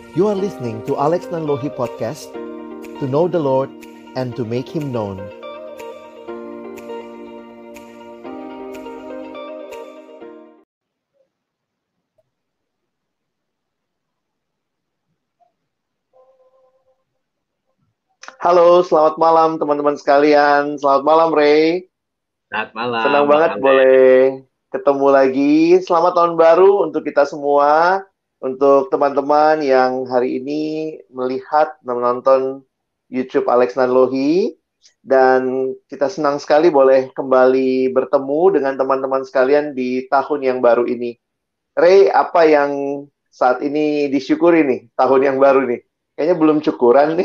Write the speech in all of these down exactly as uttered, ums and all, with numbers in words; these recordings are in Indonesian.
You are listening to Alex Nanlohi Podcast, to know the Lord and to make Him known. Halo, selamat malam teman-teman sekalian. Selamat malam, Ray. Selamat malam. Senang banget Bang boleh ketemu lagi. Selamat tahun baru untuk kita semua. Untuk teman-teman yang hari ini melihat dan menonton YouTube Alex Nanlohi. Dan kita senang sekali boleh kembali bertemu dengan teman-teman sekalian di tahun yang baru ini. Ray, apa yang saat ini disyukuri nih, tahun yang baru nih? Kayaknya belum syukuran nih.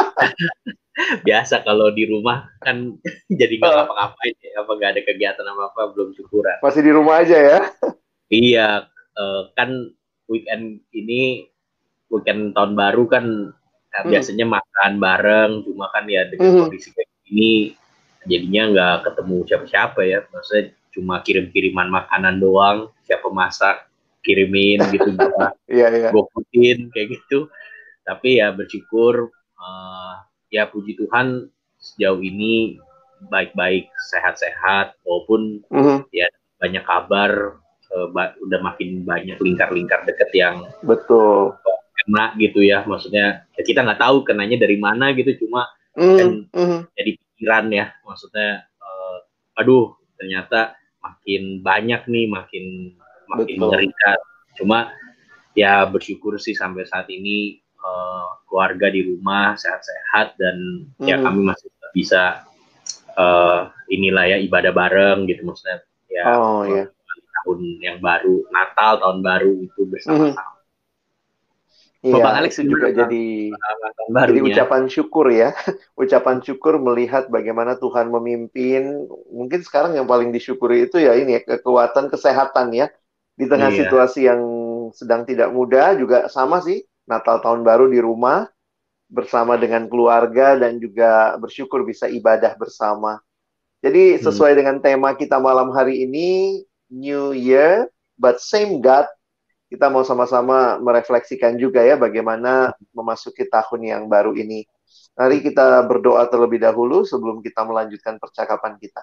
Biasa kalau di rumah kan jadi nggak ngapa-ngapain ya, apa nggak ada kegiatan apa-apa, belum syukuran. Masih di rumah aja ya? Iya, eh, kan weekend ini, weekend tahun baru kan eh, Hmm. biasanya makan bareng, cuma kan ya dengan Hmm. kondisi kayak gini, jadinya nggak ketemu siapa-siapa ya. Maksudnya cuma kirim-kiriman makanan doang, siapa masak, kirimin gitu, gua Iya, iya. gokutin kayak gitu. Tapi ya bersyukur, uh, ya puji Tuhan sejauh ini baik-baik, sehat-sehat, walaupun Mhm. ya banyak kabar, uh, ba- udah makin banyak lingkar-lingkar deket yang Betul. kena gitu ya. Maksudnya ya kita nggak tahu kenanya dari mana gitu, cuma Mhm. kan Mhm. jadi pikiran ya. Maksudnya, uh, aduh ternyata makin banyak nih, makin makin Betul. mengerikan. Cuma ya bersyukur sih sampai saat ini uh, keluarga di rumah sehat-sehat dan Mhm. ya kami masih bisa uh, inilah ya ibadah bareng gitu, maksudnya ya Oh, uh, ya. tahun yang baru, Natal, tahun baru itu bersama-sama. Iya, Bapak Alex itu gimana juga Bang? jadi Pengalaman tahun jadi barunya? ucapan syukur ya. Ucapan syukur melihat bagaimana Tuhan memimpin. Mungkin sekarang yang paling disyukuri itu ya ini ya, kekuatan kesehatan ya. Di tengah Iya. situasi yang sedang tidak mudah juga sama sih. Natal tahun baru di rumah bersama dengan keluarga dan juga bersyukur bisa ibadah bersama. Jadi Hmm. sesuai dengan tema kita malam hari ini, New Year, but same God, kita mau sama-sama merefleksikan juga ya bagaimana memasuki tahun yang baru ini. Mari kita berdoa terlebih dahulu sebelum kita melanjutkan percakapan kita.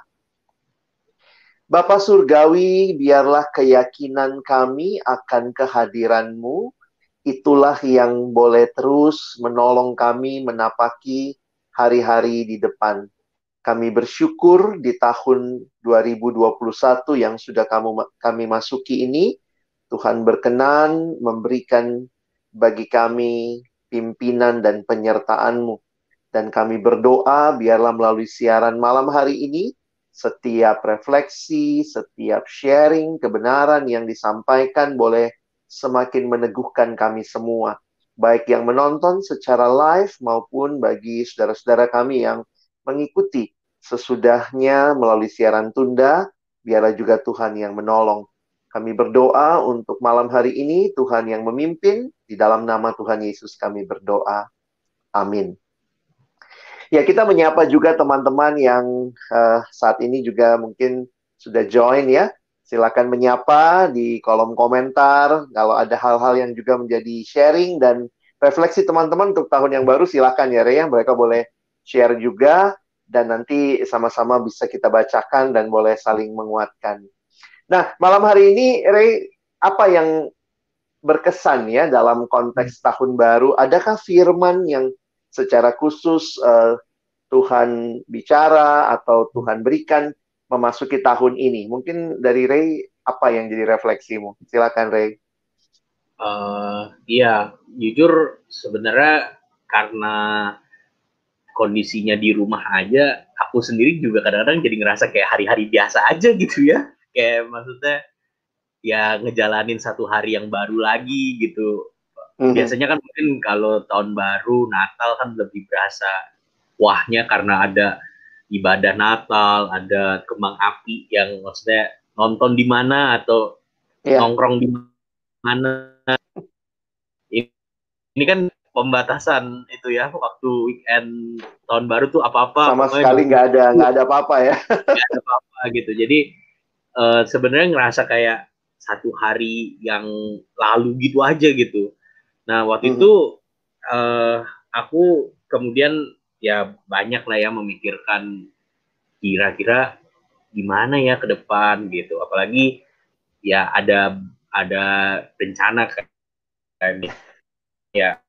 Bapa Surgawi, biarlah keyakinan kami akan kehadiran-Mu, itulah yang boleh terus menolong kami menapaki hari-hari di depan. Kami bersyukur di tahun dua ribu dua puluh satu yang sudah kamu, kami masuki ini, Tuhan berkenan memberikan bagi kami pimpinan dan penyertaan-Mu. Dan kami berdoa biarlah melalui siaran malam hari ini, setiap refleksi, setiap sharing, kebenaran yang disampaikan boleh semakin meneguhkan kami semua. Baik yang menonton secara live maupun bagi saudara-saudara kami yang mengikuti sesudahnya melalui siaran tunda, biarlah juga Tuhan yang menolong. Kami berdoa untuk malam hari ini, Tuhan yang memimpin, di dalam nama Tuhan Yesus kami berdoa. Amin. Ya, kita menyapa juga teman-teman yang uh, saat ini juga mungkin sudah join ya. Silakan menyapa di kolom komentar. Kalau ada hal-hal yang juga menjadi sharing dan refleksi teman-teman untuk tahun yang baru, silakan ya Ray. Mereka boleh share juga dan nanti sama-sama bisa kita bacakan dan boleh saling menguatkan. Nah, malam hari ini Ray, apa yang berkesan ya dalam konteks tahun baru? Adakah firman yang secara khusus uh, Tuhan bicara atau Tuhan berikan memasuki tahun ini? Mungkin dari Ray, apa yang jadi refleksimu? Silakan Ray. Uh, iya, jujur sebenarnya karena kondisinya di rumah aja, aku sendiri juga kadang-kadang jadi ngerasa kayak hari-hari biasa aja gitu ya. Kayak maksudnya ya ngejalanin satu hari yang baru lagi gitu. Mm-hmm. Biasanya kan mungkin kalau tahun baru, Natal kan lebih berasa wahnya karena ada ibadah Natal, ada kembang api yang maksudnya nonton di mana atau Ya. nongkrong di mana. Ini kan pembatasan itu ya, waktu weekend tahun baru tuh apa-apa Sama pokoknya sekali nggak ada nunggu nggak ada apa-apa ya. nggak ada apa-apa gitu. Jadi uh, sebenarnya ngerasa kayak satu hari yang lalu gitu aja gitu. Nah, waktu Mhm. itu uh, aku kemudian ya banyak lah ya memikirkan kira-kira gimana ya ke depan gitu. Apalagi ya ada ada rencana kan ya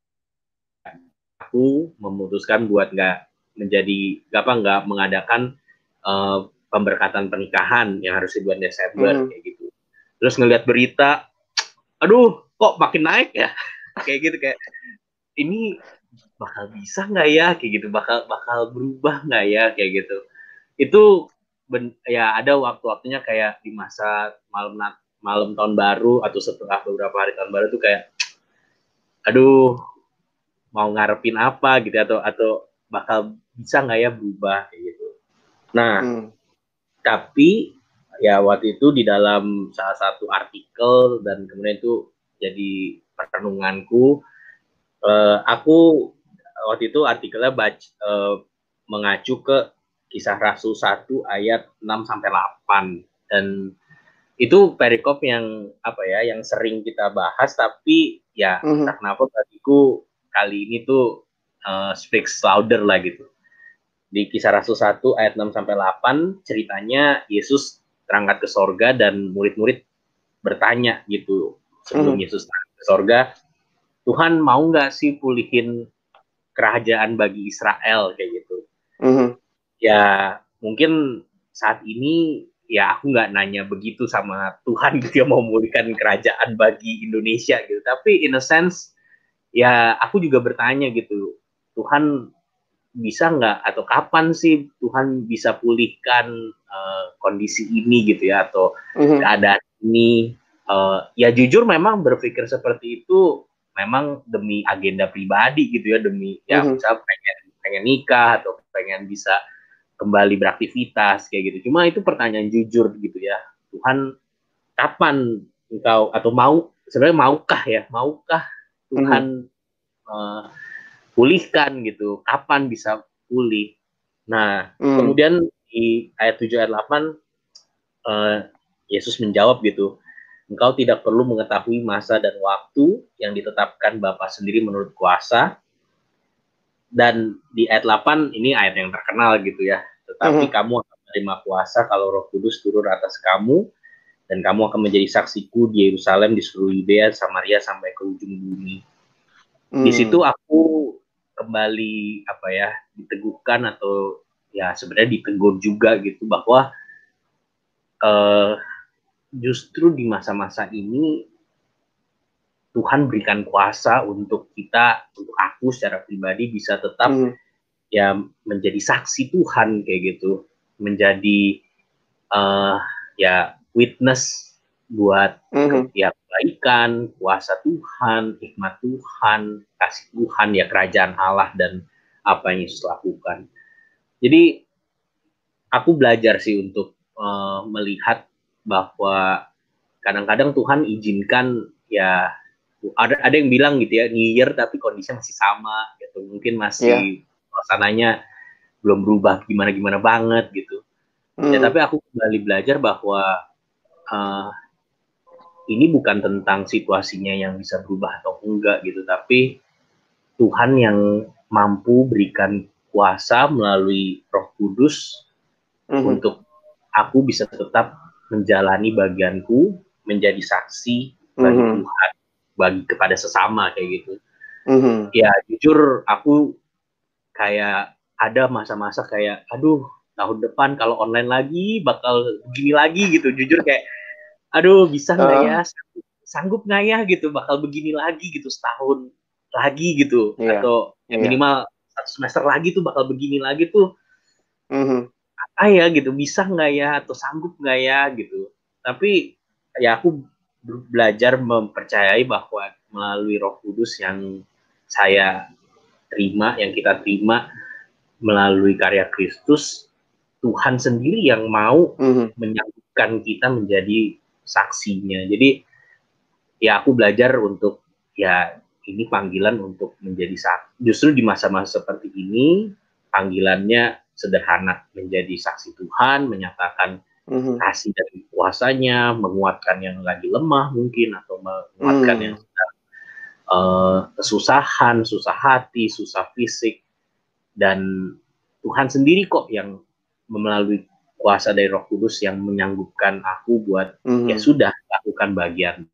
aku memutuskan buat nggak menjadi nggak apa nggak mengadakan uh, pemberkatan pernikahan yang harus di bulan Desember Mhm. kayak gitu. Terus ngelihat berita, aduh kok makin naik ya kayak gitu kayak ini bakal bisa nggak ya kayak gitu bakal bakal berubah nggak ya kayak gitu itu ben, ya ada waktu-waktunya kayak di masa malam malam tahun baru atau setelah beberapa hari tahun baru tuh kayak aduh mau ngarepin apa gitu atau atau bakal bisa nggak ya berubah kayak gitu. Nah Mhm. tapi ya waktu itu di dalam salah satu artikel dan kemudian itu jadi perenunganku, uh, aku waktu itu artikelnya baca uh, mengacu ke Kisah Rasul satu ayat enam sampai delapan dan itu perikop yang apa ya yang sering kita bahas tapi ya entah Mhm. kenapa bagiku kali ini tuh uh, speaks louder lah gitu. Di Kisah Rasul satu ayat enam sampai delapan ceritanya Yesus terangkat ke sorga dan murid-murid bertanya gitu sebelum Mhm. Yesus terangkat ke sorga, Tuhan mau nggak sih pulihin kerajaan bagi Israel kayak gitu. Mhm. Ya mungkin saat ini ya aku nggak nanya begitu sama Tuhan gitu ya mau memulihkan kerajaan bagi Indonesia gitu. Tapi in a sense ya aku juga bertanya gitu, Tuhan bisa nggak atau kapan sih Tuhan bisa pulihkan uh, kondisi ini gitu ya atau Mhm. keadaan ini. Uh, ya jujur memang berpikir seperti itu memang demi agenda pribadi gitu ya demi ya Mhm. misalnya pengen pengen nikah atau pengen bisa kembali beraktivitas kayak gitu. Cuma itu pertanyaan jujur gitu ya. Tuhan, kapan engkau atau mau sebenarnya maukah ya? Maukah Mhm. Tuhan uh, pulihkan gitu? Kapan bisa pulih? Nah, Mhm. kemudian di ayat tujuh ayat delapan uh, Yesus menjawab gitu. Engkau tidak perlu mengetahui masa dan waktu yang ditetapkan Bapa sendiri menurut kuasa. Dan di ayat delapan ini ayat yang terkenal gitu ya. Tetapi Mhm. kamu akan menerima kuasa kalau Roh Kudus turun atas kamu dan kamu akan menjadi saksiku di Yerusalem, di seluruh Yudea, Samaria sampai ke ujung bumi. Di situ Mhm. aku kembali apa ya diteguhkan atau ya sebenarnya ditegur juga gitu bahwa eh, justru di masa-masa ini Tuhan berikan kuasa untuk kita, untuk aku secara pribadi bisa tetap Mhm. ya menjadi saksi Tuhan kayak gitu, menjadi uh, ya witness buat ke, Mhm. ya kebaikan, kuasa Tuhan, hikmat Tuhan, kasih Tuhan, ya kerajaan Allah dan apa yang Yesus lakukan. Jadi aku belajar sih untuk uh, melihat bahwa kadang-kadang Tuhan izinkan ya ada ada yang bilang gitu ya New Year tapi kondisinya masih sama gitu, mungkin Ya. masih suasananya belum berubah gimana-gimana banget gitu. Ya Mhm. tapi aku kembali belajar bahwa uh, ini bukan tentang situasinya yang bisa berubah atau enggak gitu, tapi Tuhan yang mampu berikan kuasa melalui Roh Kudus Mhm. untuk aku bisa tetap menjalani bagianku, menjadi saksi bagi Mhm. Tuhan, bagi kepada sesama kayak gitu. Mhm. Ya jujur aku kayak ada masa-masa kayak aduh tahun depan kalau online lagi bakal begini lagi gitu, jujur kayak aduh bisa nggak ya Ah, sanggup nggak ya gitu bakal begini lagi gitu setahun lagi gitu iya. atau ya Iya. minimal satu semester lagi tuh bakal begini lagi tuh Mhm. apa ya gitu bisa nggak ya atau sanggup nggak ya gitu. Tapi ya aku belajar mempercayai bahwa melalui Roh Kudus yang saya terima, yang kita terima melalui karya Kristus, Tuhan sendiri yang mau Mhm. menyatukan kita menjadi saksinya. Jadi ya aku belajar untuk ya ini panggilan untuk menjadi saksi. Justru di masa-masa seperti ini panggilannya sederhana, menjadi saksi Tuhan, menyatakan Mhm. kasih dan kuasanya, menguatkan yang lagi lemah mungkin atau menguatkan yang Mhm. uh, kesusahan, susah hati, susah fisik, dan Tuhan sendiri kok yang melalui kuasa dari Roh Kudus yang menyanggupkan aku buat mm-hmm. ya sudah lakukan bagian.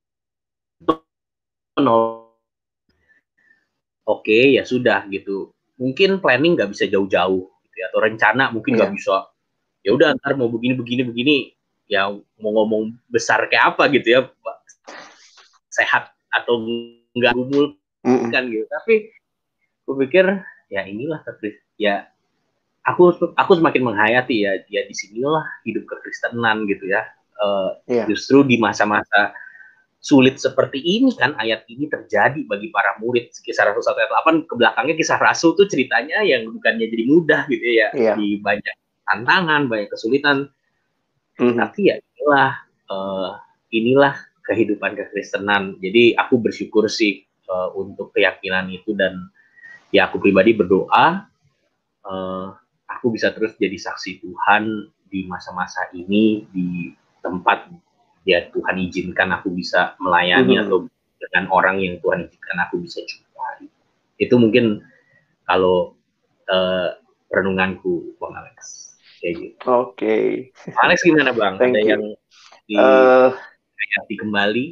Oke, ya sudah gitu. Mungkin planning nggak bisa jauh-jauh, gitu ya, atau rencana mungkin nggak yeah. bisa. Ya udah ntar mau begini begini begini, ya mau ngomong besar kayak apa gitu ya, sehat atau nggak gumul mm-hmm. kan gitu. Tapi aku pikir ya inilah ya aku aku semakin menghayati ya ya disinilah hidup kekristenan gitu ya. Uh, yeah. Justru di masa-masa sulit seperti ini kan ayat ini terjadi bagi para murid. Kisah Rasul satu ayat delapan ke belakangnya kisah Rasul tuh ceritanya yang bukannya jadi mudah gitu ya, yeah. di banyak tantangan, banyak kesulitan. Mm-hmm. Tapi ya inilah uh, inilah kehidupan kekristenan. Jadi aku bersyukur sih uh, untuk keyakinan itu, dan ya aku pribadi berdoa uh, aku bisa terus jadi saksi Tuhan di masa-masa ini, di tempat ya Tuhan izinkan aku bisa melayani mm-hmm. atau dengan orang yang Tuhan izinkan aku bisa jumpai. Itu mungkin kalau uh, renunganku, Bang Alex. Kayak gitu. Oke. Okay. Alex gimana Bang? Thank Ada you. yang di uh, kembali?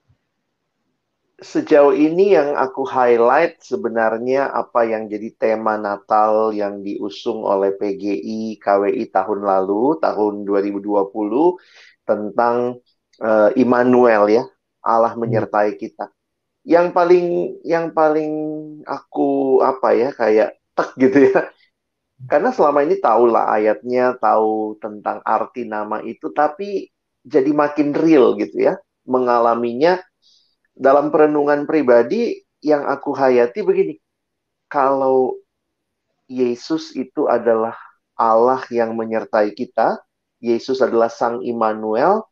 Sejauh ini yang aku highlight sebenarnya apa yang jadi tema Natal yang diusung oleh P G I K W I tahun lalu, tahun dua ribu dua puluh, tentang uh, Immanuel ya, Allah menyertai kita. Yang paling yang paling aku apa ya kayak tek gitu ya. Karena selama ini tahulah ayatnya, tahu tentang arti nama itu, tapi jadi makin real gitu ya, mengalaminya. Dalam perenungan pribadi yang aku hayati begini, kalau Yesus itu adalah Allah yang menyertai kita, Yesus adalah Sang Immanuel,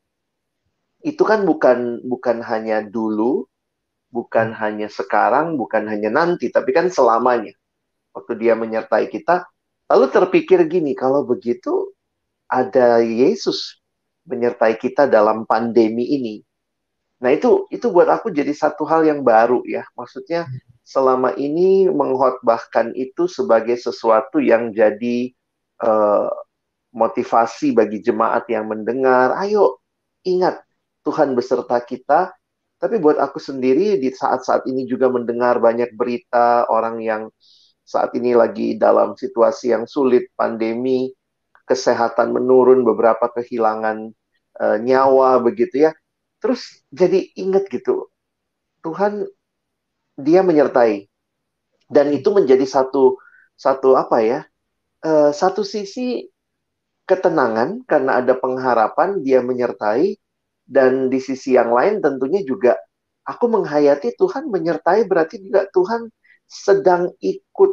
itu kan bukan bukan hanya dulu, bukan hanya sekarang, bukan hanya nanti, tapi kan selamanya. Waktu dia menyertai kita, lalu terpikir gini, kalau begitu ada Yesus menyertai kita dalam pandemi ini. Nah itu itu buat aku jadi satu hal yang baru ya. Maksudnya selama ini mengkhotbahkan itu sebagai sesuatu yang jadi uh, motivasi bagi jemaat yang mendengar. Ayo ingat Tuhan beserta kita. Tapi buat aku sendiri di saat-saat ini juga mendengar banyak berita orang yang saat ini lagi dalam situasi yang sulit, pandemi, kesehatan menurun, beberapa kehilangan uh, nyawa begitu ya. Terus jadi ingat gitu, Tuhan dia menyertai, dan itu menjadi satu satu apa ya, uh, satu sisi ketenangan karena ada pengharapan dia menyertai, dan di sisi yang lain tentunya juga aku menghayati Tuhan menyertai berarti juga Tuhan sedang ikut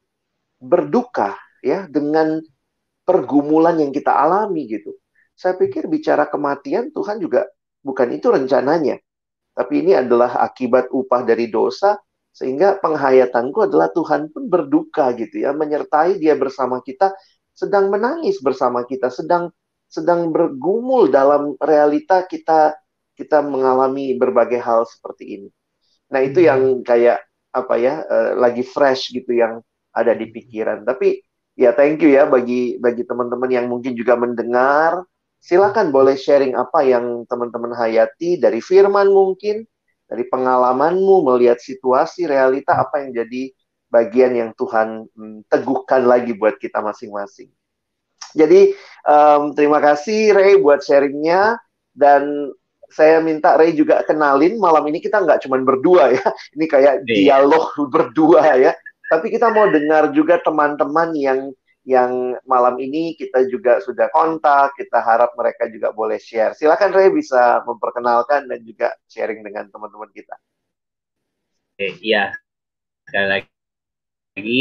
berduka ya dengan pergumulan yang kita alami gitu. Saya pikir bicara kematian Tuhan juga bukan itu rencananya. Tapi ini adalah akibat upah dari dosa, sehingga penghayatanku adalah Tuhan pun berduka gitu ya, menyertai dia bersama kita, sedang menangis bersama kita, sedang sedang bergumul dalam realita kita kita mengalami berbagai hal seperti ini. Nah, itu yang kayak apa ya, uh, lagi fresh gitu yang ada di pikiran. Tapi ya thank you ya bagi bagi teman-teman yang mungkin juga mendengar. Silakan boleh sharing apa yang teman-teman hayati dari firman mungkin, dari pengalamanmu melihat situasi, realita, apa yang jadi bagian yang Tuhan hmm, teguhkan lagi buat kita masing-masing. Jadi um, terima kasih Ray buat sharingnya, dan saya minta Ray juga kenalin malam ini kita nggak cuma berdua ya, ini kayak dialog berdua ya, tapi kita mau dengar juga teman-teman yang yang malam ini kita juga sudah kontak, kita harap mereka juga boleh share. Silakan Ray bisa memperkenalkan dan juga sharing dengan teman-teman kita. Oke, iya. Sekali lagi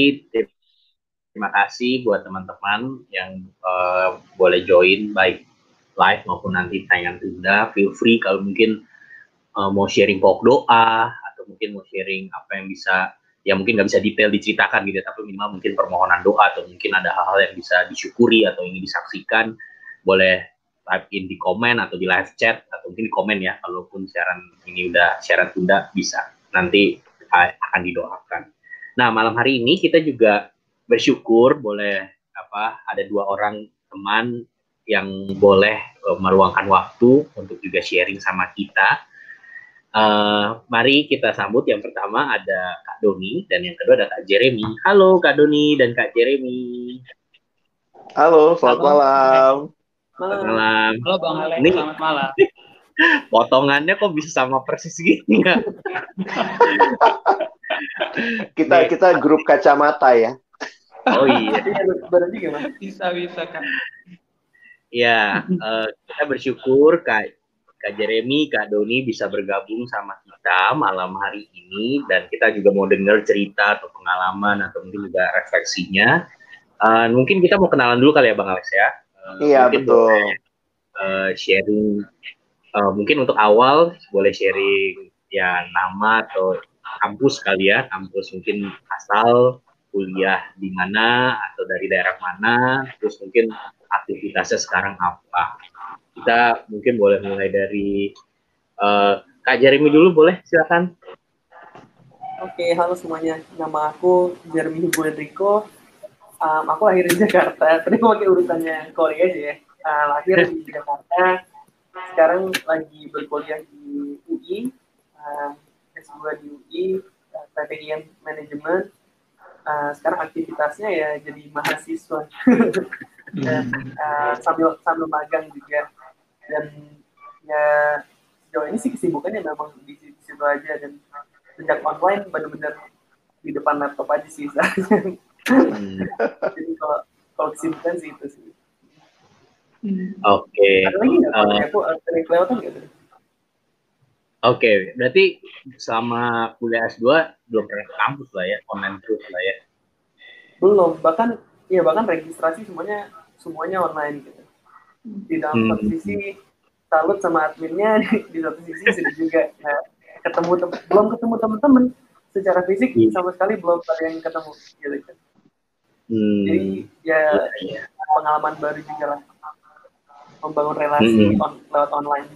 terima kasih buat teman-teman yang uh, boleh join baik live maupun nanti tayangan tunda. Feel free kalau mungkin uh, mau sharing pokok doa atau mungkin mau sharing apa yang bisa, ya mungkin nggak bisa detail diceritakan gitu, tapi minimal mungkin permohonan doa atau mungkin ada hal-hal yang bisa disyukuri atau ingin disaksikan, boleh type in di komen atau di live chat atau mungkin di komen ya, kalaupun siaran ini udah siaran tunda bisa. Nanti akan didoakan. Nah, malam hari ini kita juga bersyukur boleh apa ada dua orang teman yang boleh uh, meluangkan waktu untuk juga sharing sama kita. Uh, mari kita sambut yang pertama ada Kak Doni dan yang kedua ada Kak Jeremy. Halo Kak Doni dan Kak Jeremy. Halo, selamat Halo. malam. Selamat malam. Halo Bang Alex, Ini, selamat malam. Potongannya kok bisa sama persis gini ya? kita Nih. kita grup kacamata ya. Oh iya. Berarti gimana? Bisa bisa Kak. Ya, uh, kita bersyukur Kak Kak Jeremy, Kak Doni bisa bergabung sama kita malam hari ini dan kita juga mau dengar cerita atau pengalaman atau mungkin juga refleksinya. Uh, mungkin kita mau kenalan dulu kali ya Bang Alex ya. Uh, iya betul. Boleh, uh, sharing. Uh, mungkin untuk awal boleh sharing ya nama atau kampus kali ya, kampus mungkin asal kuliah di mana atau dari daerah mana, terus mungkin aktivitasnya sekarang apa. Kita mungkin boleh mulai dari uh, Kak Jeremy dulu, boleh silakan. Oke, halo semuanya, nama aku Jeremy Hugo Enrico. Um, aku lahir di Jakarta, tadi aku pakai urutannya Korea aja ya. Uh, lahir di Jakarta. Sekarang lagi berkuliah di U I, uh, S dua di U I, uh, Strategy and Management. Uh, sekarang aktivitasnya ya jadi mahasiswa dan uh, sambil sambil magang juga. Dan ya sejauh ini sih kesibukannya memang di situ aja dan sejak online benar-benar di depan laptop aja sih sebenarnya. Hmm. Jadi kalau kalau kesibukan sih itu sih. Oke. Okay. Ada lagi nggak? Uh, aku ada kelewatan nggak? Oke, okay. Berarti selama kuliah S dua belum pernah ke kampus lah ya, online terus lah ya? Belum, bahkan ya bahkan registrasi semuanya semuanya online gitu. Di dalam hmm. satu sisi salut sama adminnya, di, di satu sisi sedih juga. Nah, ketemu tem- belum ketemu teman-teman secara fisik hmm. sama sekali belum ada yang ketemu gitu kan. Hmm. Jadi ya yeah. pengalaman baru juga lah. Membangun relasi hmm. on, lewat online.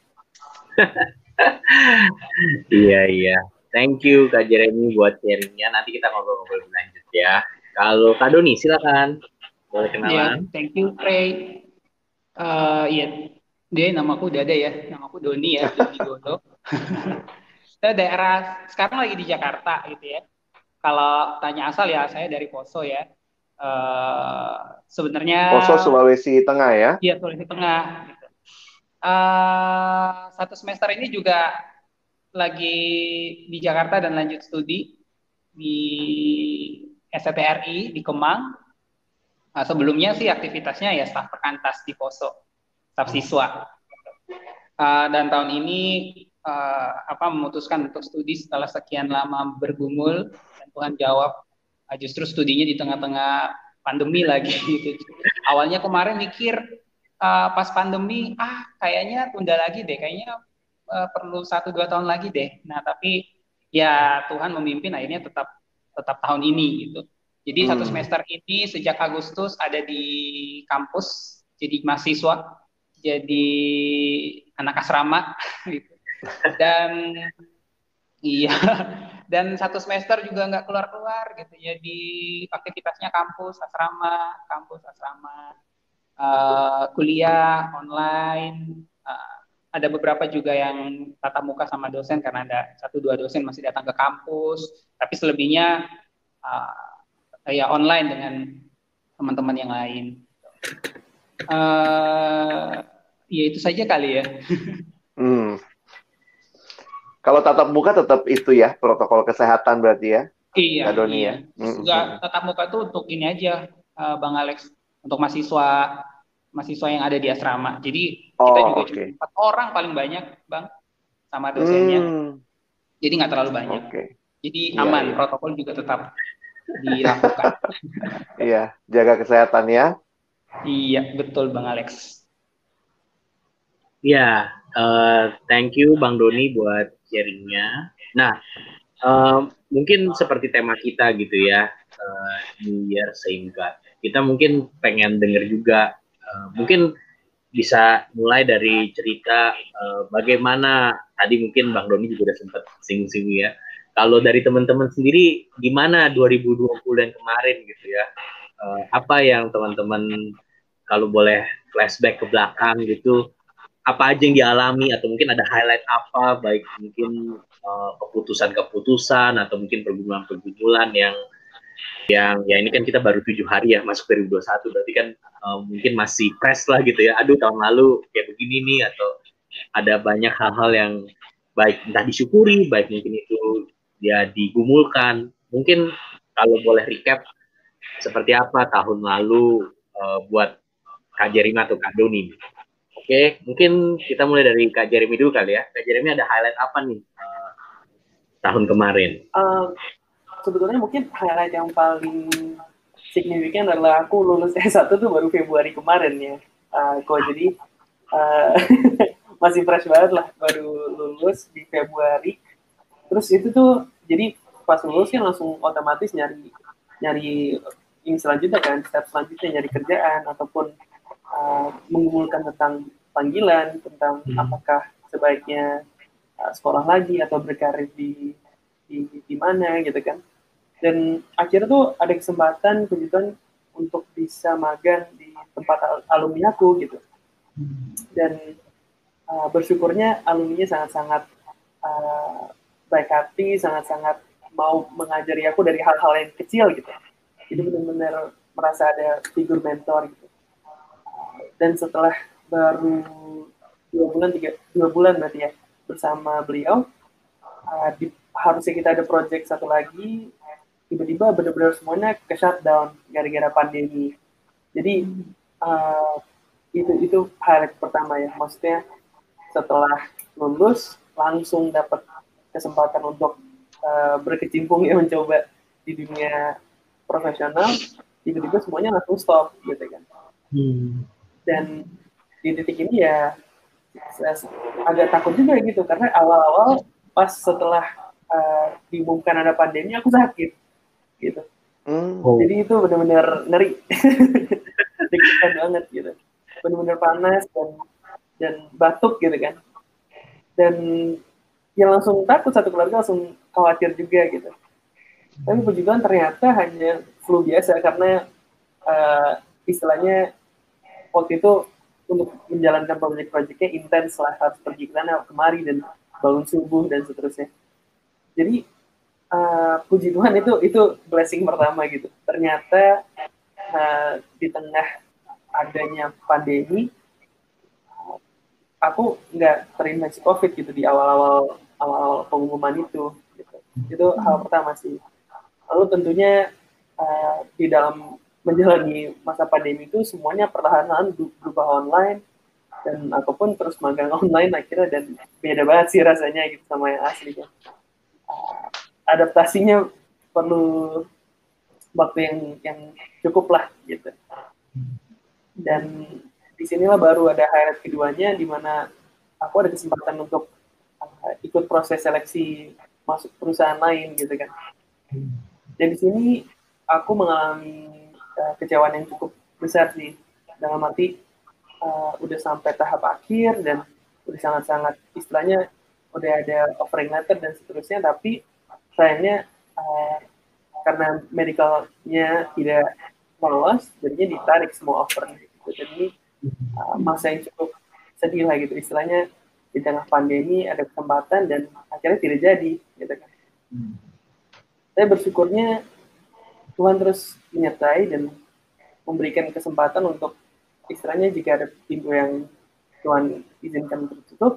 Iya iya. Thank you Kak Jeremy buat sharingnya. Nanti kita ngobrol-ngobrol lebih lanjut ya. Kalau Kak Doni silakan. Boleh kenalan. Yeah, thank you Ray. Uh, iya, dia namaku udah ada ya. Namaku Doni ya, Doni Dodo. Saya daerah sekarang lagi di Jakarta gitu ya. Kalau tanya asal ya saya dari Poso ya. Uh, sebenarnya Poso Sulawesi Tengah ya? Iya Sulawesi Tengah. Gitu. Uh, satu semester ini juga lagi di Jakarta dan lanjut studi di S T T R I di Kemang. Nah, sebelumnya sih aktivitasnya ya staf perkantas di Poso, staf siswa. Uh, dan tahun ini uh, apa memutuskan untuk studi setelah sekian lama bergumul dan Tuhan jawab. Uh, justru studinya di tengah-tengah pandemi lagi. Gitu. Awalnya kemarin mikir uh, pas pandemi, ah kayaknya tunda lagi deh, kayaknya uh, perlu satu dua tahun lagi deh. Nah tapi ya Tuhan memimpin akhirnya tetap tetap tahun ini gitu. Jadi hmm. satu semester ini sejak Agustus ada di kampus jadi mahasiswa, jadi anak asrama gitu. Dan iya, dan satu semester juga nggak keluar-keluar gitu. Jadi aktivitasnya kampus asrama, kampus asrama, uh, kuliah online. Uh, ada beberapa juga yang tatap muka sama dosen karena ada satu dua dosen masih datang ke kampus. Tapi selebihnya uh, ya online dengan teman-teman yang lain. Uh, ya itu saja kali ya. Hmm. Kalau tatap muka tetap itu ya, protokol kesehatan berarti ya? Iya, Doni, iya. Ya? Juga mm-hmm. tatap muka tuh untuk ini aja, uh, Bang Alex, untuk mahasiswa mahasiswa yang ada di asrama. Jadi oh, kita juga okay. cuma empat orang paling banyak, Bang, sama dosennya. Hmm. Jadi nggak terlalu banyak. Okay. Jadi aman, iya, iya. Protokol juga tetap dilakukan. Iya, jaga kesehatan ya. Iya, betul Bang Alex. Ya, uh, thank you Bang Doni buat sharingnya. Nah, uh, mungkin seperti tema kita gitu ya, uh, New Year Same God. Kita mungkin pengen denger juga, uh, mungkin bisa mulai dari cerita uh, bagaimana, tadi mungkin Bang Doni juga udah sempat singgung-singgung ya, kalau dari teman-teman sendiri gimana dua ribu dua puluh yang kemarin gitu ya? Uh, apa yang teman-teman kalau boleh flashback ke belakang gitu, apa aja yang dialami atau mungkin ada highlight apa, baik mungkin uh, keputusan-keputusan atau mungkin pergumulan-pergumulan yang yang ya ini kan kita baru tujuh hari ya masuk dua ribu dua puluh satu, berarti kan uh, mungkin masih fresh lah gitu ya. Aduh tahun lalu kayak begini nih, atau ada banyak hal-hal yang baik entah disyukuri, baik mungkin itu ya digumulkan. Mungkin kalau boleh recap seperti apa tahun lalu uh, buat Kak Jeremy atau Kak Doni. Oke, mungkin kita mulai dari Kak Jeremy dulu kali ya. Kak Jeremy ada highlight apa nih uh, tahun kemarin? Uh, sebetulnya mungkin highlight yang paling signifikan adalah aku lulus S satu tuh baru Februari kemarin ya. Uh, kok jadi uh, masih fresh banget lah, baru lulus di Februari. Terus itu tuh jadi pas lulus kan langsung otomatis nyari nyari ini selanjutnya kan, step selanjutnya nyari kerjaan ataupun uh, mengumpulkan tentang panggilan, tentang hmm. apakah sebaiknya uh, sekolah lagi atau berkarir di di di mana gitu kan. Dan akhirnya tuh ada kesempatan kejutan untuk bisa magang di tempat alumni aku gitu. Dan uh, bersyukurnya alumninya sangat-sangat uh, baik hati, sangat-sangat mau mengajari aku dari hal-hal yang kecil gitu. Jadi benar-benar merasa ada figur mentor gitu. Dan setelah baru dua bulan tiga dua bulan berarti ya bersama beliau, uh, di, harusnya kita ada project satu lagi, tiba-tiba benar-benar semuanya ke shutdown gara-gara pandemi. Jadi uh, itu itu highlight pertama ya, maksudnya setelah lulus langsung dapat kesempatan untuk uh, berkecimpung ya, mencoba di dunia profesional, tiba-tiba semuanya langsung stop gitu kan. Hmm. Dan di titik ini ya agak takut juga gitu, karena awal-awal pas setelah uh, diumumkan ada pandemi aku sakit gitu. Hmm. Oh. Jadi itu benar-benar ngeri, deg-degan banget gitu, benar-benar panas dan dan batuk gitu kan. Dan yang langsung takut satu keluarga, langsung khawatir juga gitu. Tapi puji Tuhan ternyata hanya flu biasa, karena uh, istilahnya waktu itu untuk menjalankan proyek-proyeknya intens lah, harus pergi ke sana kemari dan bangun subuh dan seterusnya. Jadi uh, puji Tuhan itu itu blessing pertama gitu. Ternyata uh, di tengah adanya pandemi, aku nggak terinfeksi COVID gitu di awal-awal awal pengumuman itu. Gitu. Itu hal pertama sih. Lalu tentunya uh, di dalam menjalani masa pandemi itu semuanya perlahan-lahan berubah online, dan ataupun terus magang online akhirnya, dan beda banget sih rasanya gitu sama yang asli kan. Uh, adaptasinya perlu waktu yang yang cukup lah gitu. Dan disinilah baru ada highlight keduanya, di mana aku ada kesempatan untuk uh, ikut proses seleksi masuk perusahaan lain gitu kan. Dan di sini aku mengalami uh, kecewaan yang cukup besar sih, dalam arti uh, udah sampai tahap akhir dan udah sangat-sangat istilahnya udah ada offering letter dan seterusnya, tapi sayangnya uh, karena medicalnya tidak lolos, jadinya ditarik semua offer gitu. Jadi uh, masa yang cukup sedih lah gitu, istilahnya di tengah pandemi ada kesempatan dan akhirnya tidak jadi gitu kan. Hmm. Saya bersyukurnya Tuhan terus menyertai dan memberikan kesempatan untuk istilahnya jika ada pintu yang Tuhan izinkan untuk tutup,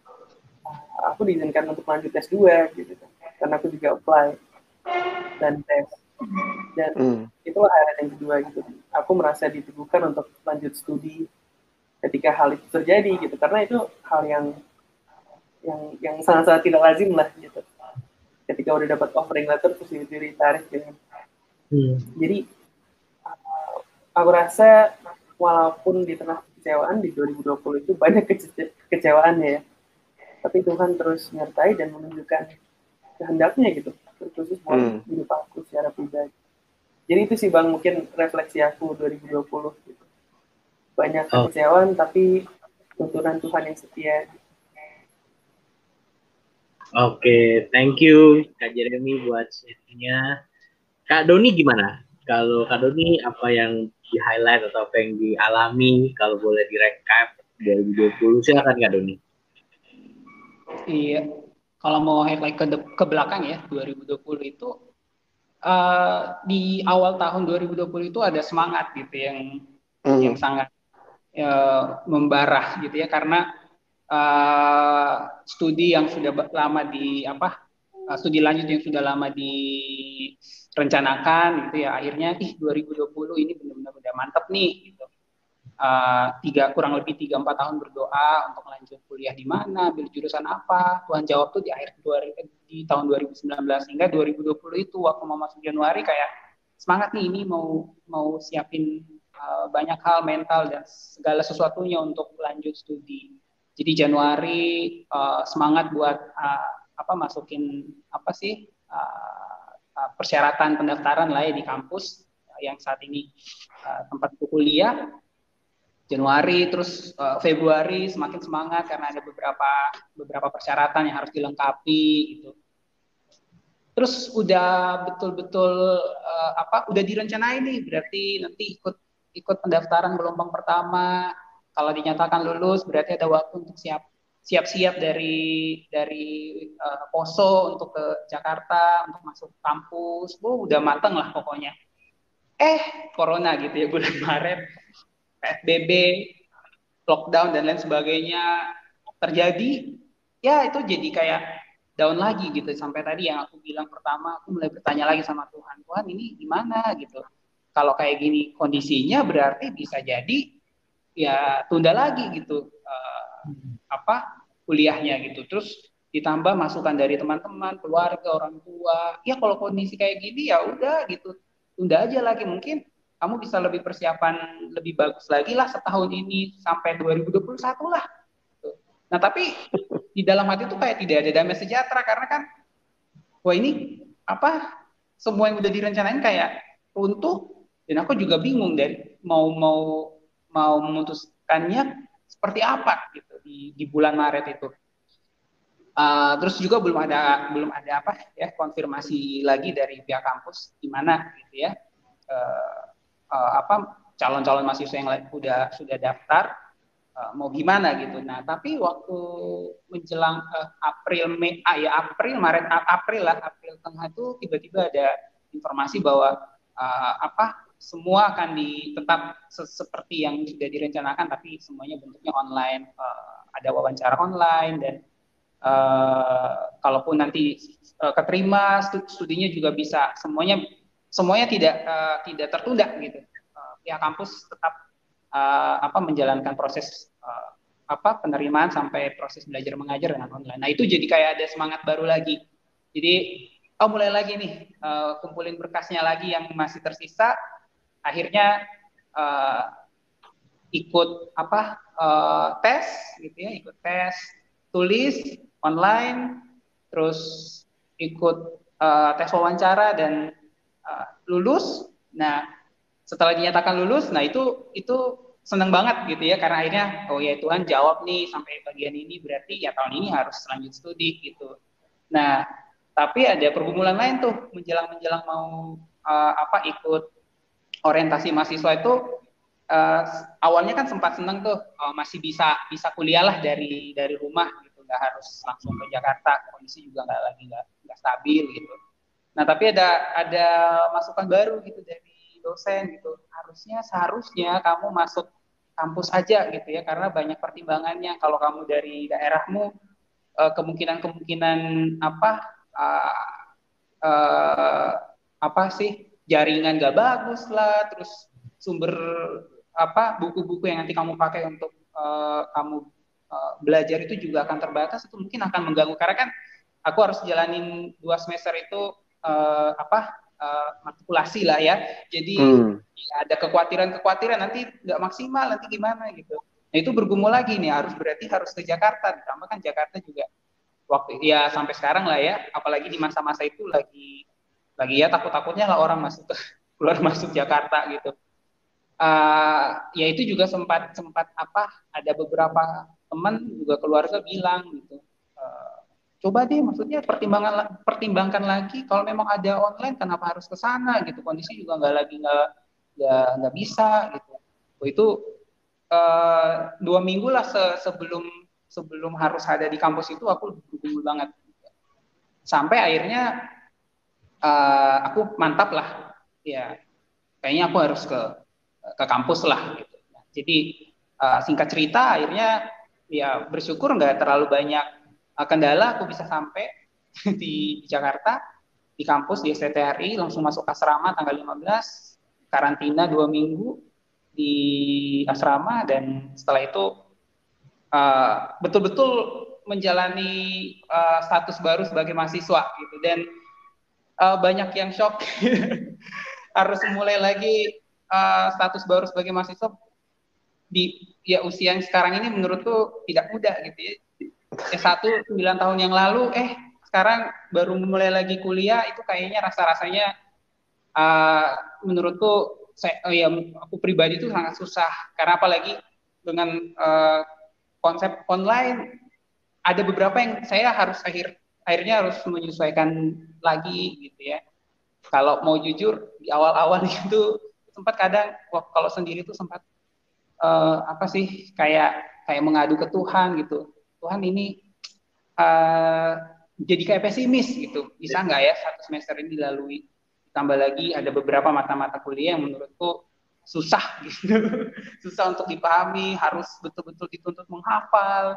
aku diizinkan untuk lanjut S dua gitu kan. Karena aku juga apply dan tes. Dan hmm. itulah hal yang kedua gitu. Aku merasa diteguhkan untuk lanjut studi ketika hal itu terjadi gitu, karena itu hal yang yang yang sangat-sangat tidak lazim lah gitu. Ketika udah dapat offering letter terus ditarik gitu. Hmm. Jadi aku rasa walaupun di tengah kekecewaan di dua ribu dua puluh itu banyak kece- kekecewaan ya, tapi Tuhan terus menyertai dan menunjukkan kehendaknya gitu, terkhusus buat hmm. hidup aku secara pribadi. Jadi itu sih Bang, mungkin refleksi aku dua ribu dua puluh gitu. Banyak kekecewaan oh. tapi tuntunan Tuhan yang setia. Oke, thank you Kak Jeremy buat sharingnya. Kak Doni gimana? Kalau Kak Doni apa yang di-highlight atau apa yang dialami kalau boleh direkap dua ribu dua puluh, silakan Kak Doni. Iya, kalau mau highlight ke, ke belakang ya, dua ribu dua puluh itu uh, di awal tahun dua ribu dua puluh itu ada semangat gitu yang mm. yang sangat uh, membarah gitu ya, karena uh, studi yang sudah lama di apa uh, studi lanjut yang sudah lama direncanakan gitu ya, akhirnya ih dua ribu dua puluh ini benar-benar udah mantep nih gitu. Uh, tiga kurang lebih tiga empat tahun berdoa untuk lanjut kuliah di mana, ambil jurusan apa, Tuhan jawab tuh di akhir di tahun dua ribu sembilan belas. Hingga dua ribu dua puluh itu waktu mau masuk Januari kayak semangat nih, ini mau mau siapin uh, banyak hal mental dan segala sesuatunya untuk lanjut studi. Jadi Januari uh, semangat buat uh, apa masukin apa sih uh, uh, persyaratan pendaftaran lah ya di kampus uh, yang saat ini uh, tempat kuliah. Januari, terus uh, Februari semakin semangat karena ada beberapa beberapa persyaratan yang harus dilengkapi gitu. Terus udah betul-betul uh, apa udah direncanain nih, berarti nanti ikut ikut pendaftaran gelombang pertama. Kalau dinyatakan lulus berarti ada waktu untuk siap siap-siap dari dari uh, Poso untuk ke Jakarta untuk masuk kampus. Oh, udah mateng lah pokoknya. Eh, corona gitu ya bulan Maret. P S B B, lockdown dan lain sebagainya terjadi, ya itu jadi kayak down lagi gitu. Sampai tadi yang aku bilang pertama, aku mulai bertanya lagi sama Tuhan, Tuhan ini gimana gitu. Kalau kayak gini kondisinya berarti bisa jadi ya tunda lagi gitu uh, apa kuliahnya gitu. Terus ditambah masukan dari teman-teman, keluarga, orang tua. Ya kalau kondisi kayak gini ya udah gitu, tunda aja lagi, mungkin kamu bisa lebih persiapan lebih bagus lagi lah setahun ini sampai dua ribu dua puluh satu lah. Nah tapi di dalam hati itu kayak tidak ada damai sejahtera karena kan, wah ini apa semua yang udah direncanain kayak runtuh dan aku juga bingung dari mau mau mau memutuskannya seperti apa gitu di, di bulan Maret itu. Uh, terus juga belum ada belum ada apa ya konfirmasi lagi dari pihak kampus gimana gitu ya. Uh, Uh, apa calon-calon mahasiswa yang udah sudah daftar uh, mau gimana gitu. Nah tapi waktu menjelang uh, April Mei ah, ya April Maret April lah April tengah itu tiba-tiba ada informasi bahwa uh, apa semua akan di tetap se seperti yang sudah direncanakan tapi semuanya bentuknya online, uh, ada wawancara online dan uh, kalaupun nanti uh, keterima studinya juga bisa semuanya semuanya tidak uh, tidak tertunda gitu. Uh, pihak kampus tetap uh, apa menjalankan proses uh, apa penerimaan sampai proses belajar mengajar dengan online. Nah itu jadi kayak ada semangat baru lagi. Jadi oh mulai lagi nih uh, kumpulin berkasnya lagi yang masih tersisa. Akhirnya uh, ikut apa uh, tes gitu ya, ikut tes tulis online, terus ikut uh, tes wawancara dan Uh, lulus. Nah setelah dinyatakan lulus, nah itu itu seneng banget gitu ya karena akhirnya oh ya Tuhan jawab nih sampai bagian ini berarti ya tahun ini harus lanjut studi gitu. Nah tapi ada pergumulan lain tuh menjelang menjelang mau uh, apa ikut orientasi mahasiswa itu uh, awalnya kan sempat seneng tuh uh, masih bisa bisa kuliah lah dari dari rumah gitu, nggak harus langsung ke Jakarta, kondisi juga nggak lagi nggak nggak stabil gitu. Nah, tapi ada ada masukan baru gitu dari dosen gitu. Harusnya seharusnya kamu masuk kampus aja gitu ya karena banyak pertimbangannya. Kalau kamu dari daerahmu kemungkinan-kemungkinan apa uh, uh, apa sih jaringan gak bagus lah, terus sumber apa buku-buku yang nanti kamu pakai untuk uh, kamu uh, belajar itu juga akan terbatas, itu mungkin akan mengganggu karena kan aku harus jalanin dua semester itu Uh, apa uh, matrikulasi lah ya, jadi hmm. ya ada kekhawatiran-kekhawatiran nanti nggak maksimal nanti gimana gitu. Nah itu bergumul lagi nih, harus berarti harus ke Jakarta, ditambah kan Jakarta juga waktu ya sampai sekarang lah ya, apalagi di masa-masa itu lagi lagi ya takut-takutnya lah orang masuk keluar masuk Jakarta gitu. Uh, ya itu juga sempat sempat apa ada beberapa teman juga keluarga bilang gitu. Uh, coba deh, maksudnya pertimbangan pertimbangkan lagi kalau memang ada online kenapa harus ke sana gitu, kondisi juga nggak lagi nggak nggak nggak bisa gitu. Oh, itu uh, dua minggu lah se sebelum sebelum harus ada di kampus itu aku bergumul banget sampai akhirnya uh, aku mantap lah ya, kayaknya aku harus ke ke kampus lah gitu. Jadi uh, singkat cerita akhirnya ya bersyukur nggak terlalu banyak uh, kendala, aku bisa sampai di, di Jakarta di kampus di S T T R I, langsung masuk asrama tanggal lima belas, karantina dua minggu di asrama, dan setelah itu uh, betul-betul menjalani uh, status baru sebagai mahasiswa gitu, dan uh, banyak yang shock harus mulai lagi uh, status baru sebagai mahasiswa di ya usia yang sekarang ini menurutku tidak mudah gitu ya. S satu sembilan tahun yang lalu, eh sekarang baru mulai lagi kuliah, itu kayaknya rasa-rasanya uh, menurutku saya, oh ya, aku pribadi itu sangat susah, karena apalagi dengan uh, konsep online, ada beberapa yang saya harus akhir akhirnya harus menyesuaikan lagi gitu ya. Kalau mau jujur di awal-awal itu sempat kadang kalau sendiri tuh sempat uh, apa sih kayak kayak mengadu ke Tuhan gitu. Tuhan ini uh, jadi kayak pesimis gitu. Bisa nggak ya satu semester ini dilalui? Tambah lagi ada beberapa mata-mata kuliah yang menurutku susah gitu. Susah untuk dipahami, harus betul-betul dituntut menghafal.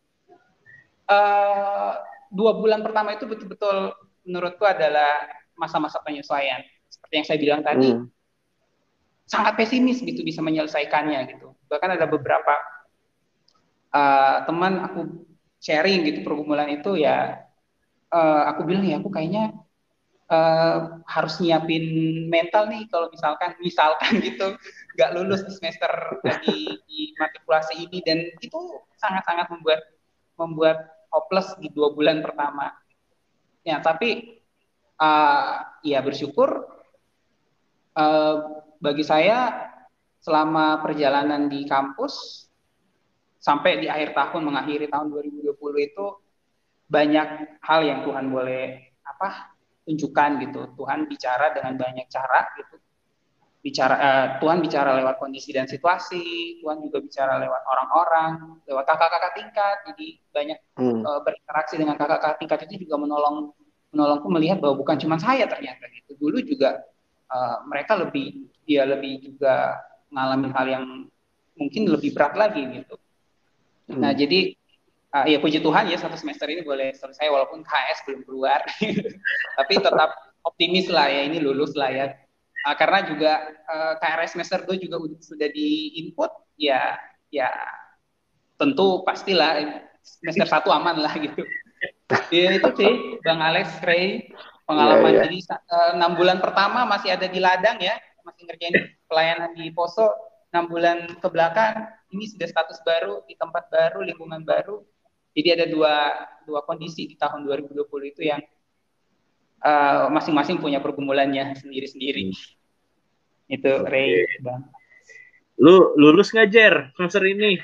Uh, dua bulan pertama itu betul-betul menurutku adalah masa-masa penyesuaian. Seperti yang saya bilang tadi, hmm. sangat pesimis gitu bisa menyelesaikannya gitu. Bahkan ada beberapa uh, teman aku sharing gitu pergumulan itu ya, uh, aku bilang ya aku kayaknya uh, harus nyiapin mental nih kalau misalkan misalkan gitu nggak lulus di semester di, di matrikulasi ini, dan itu sangat-sangat membuat membuat hopeless di dua bulan pertama. Ya tapi uh, ya bersyukur uh, bagi saya selama perjalanan di kampus sampai di akhir tahun mengakhiri tahun dua ribu dua puluh itu banyak hal yang Tuhan boleh apa tunjukkan gitu. Tuhan bicara dengan banyak cara gitu. Bicara uh, Tuhan bicara lewat kondisi dan situasi, Tuhan juga bicara lewat orang-orang, lewat kakak-kakak tingkat. Jadi banyak hmm. uh, berinteraksi dengan kakak-kakak tingkat itu juga menolong menolongku melihat bahwa bukan cuma saya ternyata gitu. Dulu juga uh, mereka lebih dia lebih juga mengalami hal yang mungkin lebih berat lagi gitu. Hmm. Nah, jadi uh, ya puji Tuhan ya satu semester ini boleh selesai walaupun K S belum keluar. Tapi tetap optimis lah ya, ini lulus lah ya. Uh, karena juga uh, K R S semester dua juga sudah di input, ya ya tentu pastilah semester satu aman lah gitu. Ya itu sih Bang Alex, Ray, pengalaman yeah, yeah. Jadi enam uh, bulan pertama masih ada di ladang ya, masih ngerjain pelayanan di Poso. Enam bulan ke belakang ini sudah status baru di tempat baru, lingkungan baru. Jadi ada dua dua kondisi di tahun dua ribu dua puluh itu yang Uh, masing-masing punya pergumulannya sendiri-sendiri. Itu Ray, Bang. Lu lulus nggak Jer semester ini?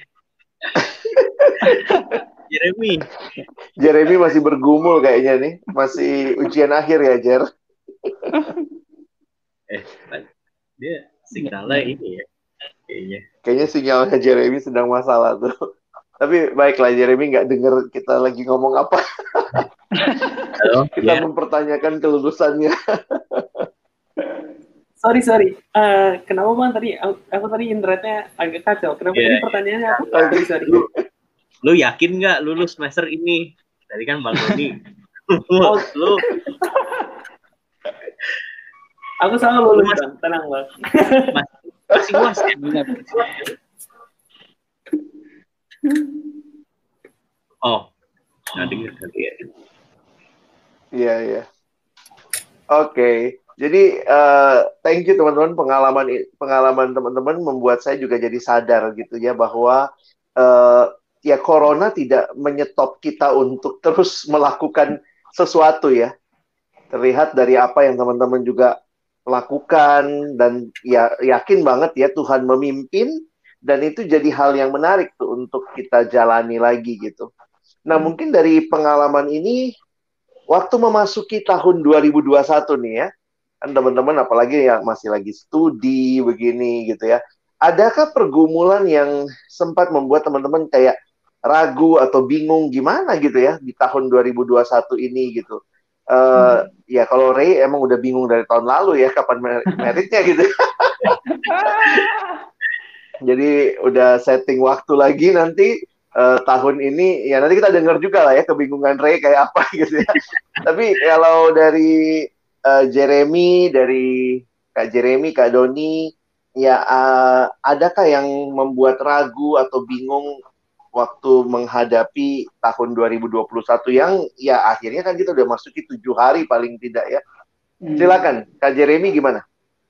Jeremy. Jeremy masih bergumul kayaknya nih, masih ujian akhir ya Jer. eh, dia sinyalnya ini ya, kayaknya. Kayaknya sinyalnya Jeremy sedang masalah tuh. Tapi baiklah, Jeremy nggak denger kita lagi ngomong apa. Halo, kita ya. Mempertanyakan kelulusannya. sorry sorry, uh, kenapa Bang tadi aku, aku tadi internetnya agak kacau. Kenapa yeah. tadi pertanyaannya aku? Oh, sorry sorry. Lu, lu yakin nggak lulus semester ini? Tadi kan Bang Doni. oh. lu. Aku selalu lulus Bang, tenang Bang. Masih luas ya. Oh, nggak dengar tadi ya. Iya, iya. Oke, jadi uh, thank you teman-teman, pengalaman pengalaman teman-teman membuat saya juga jadi sadar gitu ya bahwa uh, ya corona tidak menyetop kita untuk terus melakukan sesuatu ya. Terlihat dari apa yang teman-teman juga lakukan, dan ya yakin banget ya Tuhan memimpin, dan itu jadi hal yang menarik tuh untuk kita jalani lagi gitu. Nah, mungkin dari pengalaman ini, waktu memasuki tahun dua ribu dua puluh satu nih ya, kan teman-teman apalagi yang masih lagi studi begini gitu ya, adakah pergumulan yang sempat membuat teman-teman kayak ragu atau bingung gimana gitu ya di tahun dua ribu dua puluh satu ini gitu? Uh, ya kalau Ray emang udah bingung dari tahun lalu ya kapan mer- meritnya gitu. Jadi udah setting waktu lagi nanti uh, tahun ini ya nanti kita dengar juga lah ya kebingungan Ray kayak apa gitu ya. Tapi kalau dari uh, Jeremy, dari Kak Jeremy, Kak Doni, ya uh, adakah yang membuat ragu atau bingung waktu menghadapi tahun dua ribu dua puluh satu yang ya akhirnya kan kita udah masuki tujuh hari paling tidak ya. Silakan, Kak Jeremy gimana?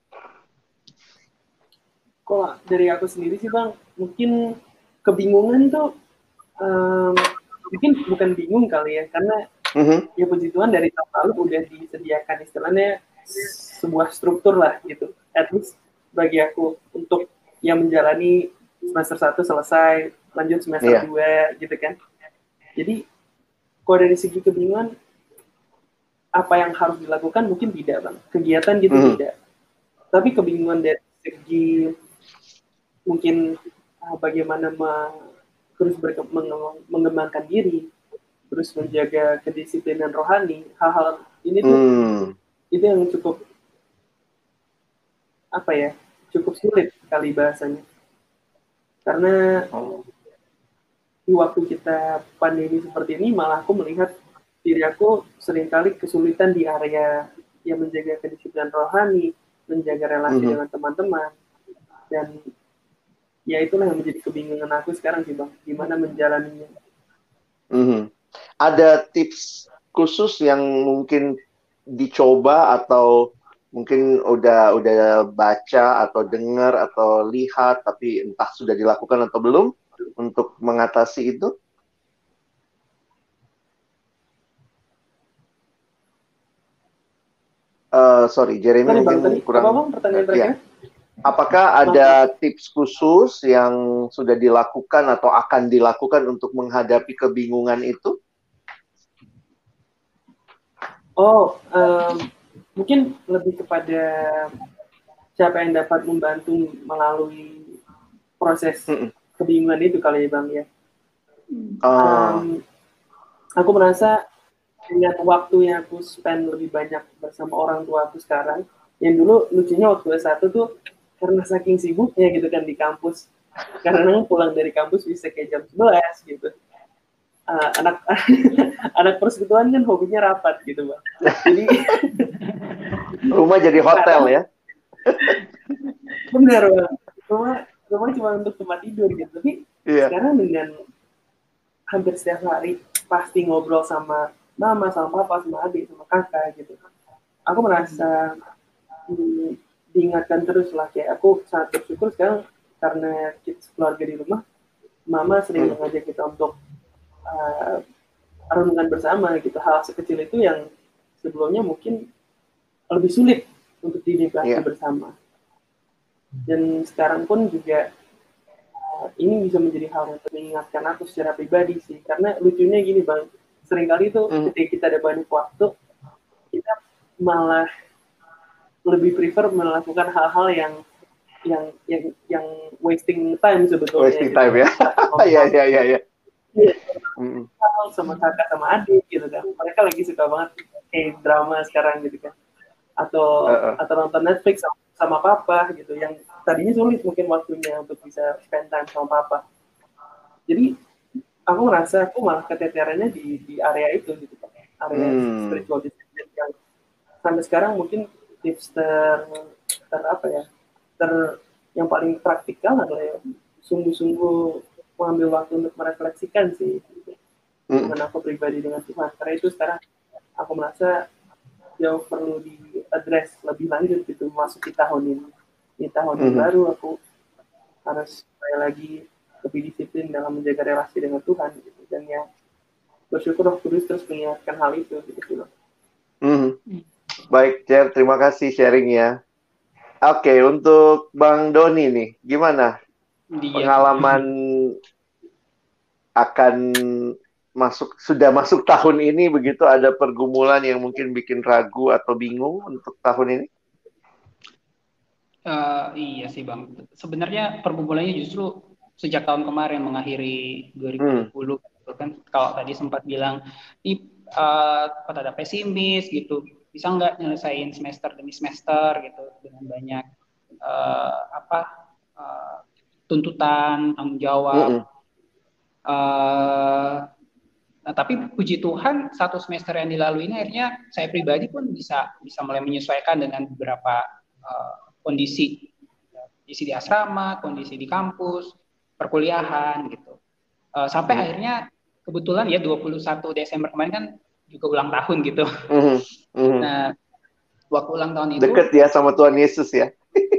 Kalau dari aku sendiri sih Bang, mungkin kebingungan tuh um, mungkin bukan bingung kali ya, karena mm-hmm. ya puji Tuhan dari tahun lalu udah disediakan istilahnya sebuah struktur lah gitu. At least bagi aku untuk yang menjalani semester satu selesai, lanjut semester yeah. dua gitu kan. Jadi kalau dari segi kebingungan apa yang harus dilakukan mungkin tidak Bang. Kegiatan gitu mm. tidak. Tapi kebingungan dari segi mungkin uh, bagaimana me- terus berke- menge- mengembangkan diri, terus menjaga kedisiplinan rohani, hal-hal ini tuh mm. itu yang cukup apa ya, cukup sulit kali bahasanya. Karena oh. di waktu kita pandemi seperti ini, malah aku melihat diri aku seringkali kesulitan di area yang menjaga kedisiplinan rohani, menjaga relasi mm-hmm. dengan teman-teman, dan ya itulah yang menjadi kebingungan aku sekarang sih Bang, gimana menjalaninya. Mm-hmm. Ada tips khusus yang mungkin dicoba atau mungkin udah udah baca atau dengar atau lihat tapi entah sudah dilakukan atau belum untuk mengatasi itu? Uh, sorry, Jeremy sorry, mungkin bang, kurang. Apa bang pertanyaan terakhir? Ya. Apakah ada tips khusus yang sudah dilakukan atau akan dilakukan untuk menghadapi kebingungan itu? Oh, um, mungkin lebih kepada siapa yang dapat membantu melalui proses mm-mm. kebingungan itu kali ya Bang ya. Oh. Um, aku merasa dengan waktu yang aku spend lebih banyak bersama orang tua aku sekarang, yang dulu lucunya waktu S satu tuh karena saking sibuknya gitu kan di kampus, karena pulang dari kampus bisa kayak jam sebelas gitu. Uh, anak anak persekutuan kan hobinya rapat gitu Bang. Jadi rumah jadi hotel ya. Benar Bang. Rumah rumah cuma untuk tempat tidur gitu. Tapi yeah. sekarang dengan hampir setiap hari pasti ngobrol sama mama, sama papa, sama adik, sama kakak gitu. Aku merasa di, diingatkan terus lah, kayak aku sangat bersyukur sekarang karena kita keluarga di rumah, mama sering hmm. mengajak kita untuk uh, renungan bersama gitu. Hal sekecil itu yang sebelumnya mungkin lebih sulit untuk dinikmati yeah. bersama. Dan sekarang pun juga uh, ini bisa menjadi hal yang mengingatkan aku secara pribadi sih. Karena lucunya gini Bang, seringkali tuh mm. ketika kita ada banyak waktu, kita malah lebih prefer melakukan hal-hal yang yang yang yang wasting time sebetulnya. Wasting gitu. Time ya. Iya iya iya iya. Sama kakak sama adik gitu kan. Mereka lagi suka banget kayak drama sekarang gitu kan. Atau uh-uh. atau nonton Netflix sama, sama papa gitu, yang tadinya sulit mungkin waktunya untuk bisa spend time sama papa. Jadi aku ngerasa aku malah keteterannya di di area itu gitu kan, area hmm. spiritual discipline yang sampai sekarang mungkin tips ter, ter apa ya ter yang paling praktikal adalah ya, sungguh-sungguh mengambil waktu untuk merefleksikan sih gitu. hmm. Dengan aku pribadi dengan Tuhan, karena itu sekarang aku merasa jauh perlu di-address lebih lanjut gitu masuk di tahun ini. Di tahun mm-hmm. yang baru aku harus sekali lagi lebih disiplin dalam menjaga relasi dengan Tuhan gitu. Dan ya bersyukur Roh Kudus terus mengingatkan hal itu gitu. Mm-hmm. Baik, Cer, terima kasih sharingnya. Oke, untuk Bang Doni nih, gimana Dia. pengalaman akan masuk sudah masuk tahun ini begitu, ada pergumulan yang mungkin bikin ragu atau bingung untuk tahun ini? Uh, iya sih Bang. Sebenarnya pergumulannya justru sejak tahun kemarin mengakhiri dua ribu dua puluh hmm. kan kalau tadi sempat bilang di uh, ada pesimis gitu, bisa nggak nyelesain semester demi semester gitu dengan banyak uh, apa uh, tuntutan tanggung jawab. Hmm. Uh, nah, tapi puji Tuhan satu semester yang dilalui ini akhirnya saya pribadi pun bisa bisa mulai menyesuaikan dengan beberapa uh, kondisi kondisi di asrama, kondisi di kampus, perkuliahan gitu. Uh, sampai hmm. akhirnya kebetulan ya dua puluh satu Desember kemarin kan juga ulang tahun gitu. Hmm. Hmm. Nah, waktu ulang tahun itu deket ya sama Tuhan Yesus ya.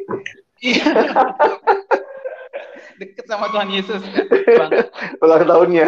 Deket sama Tuhan Yesus. Ulang tahunnya.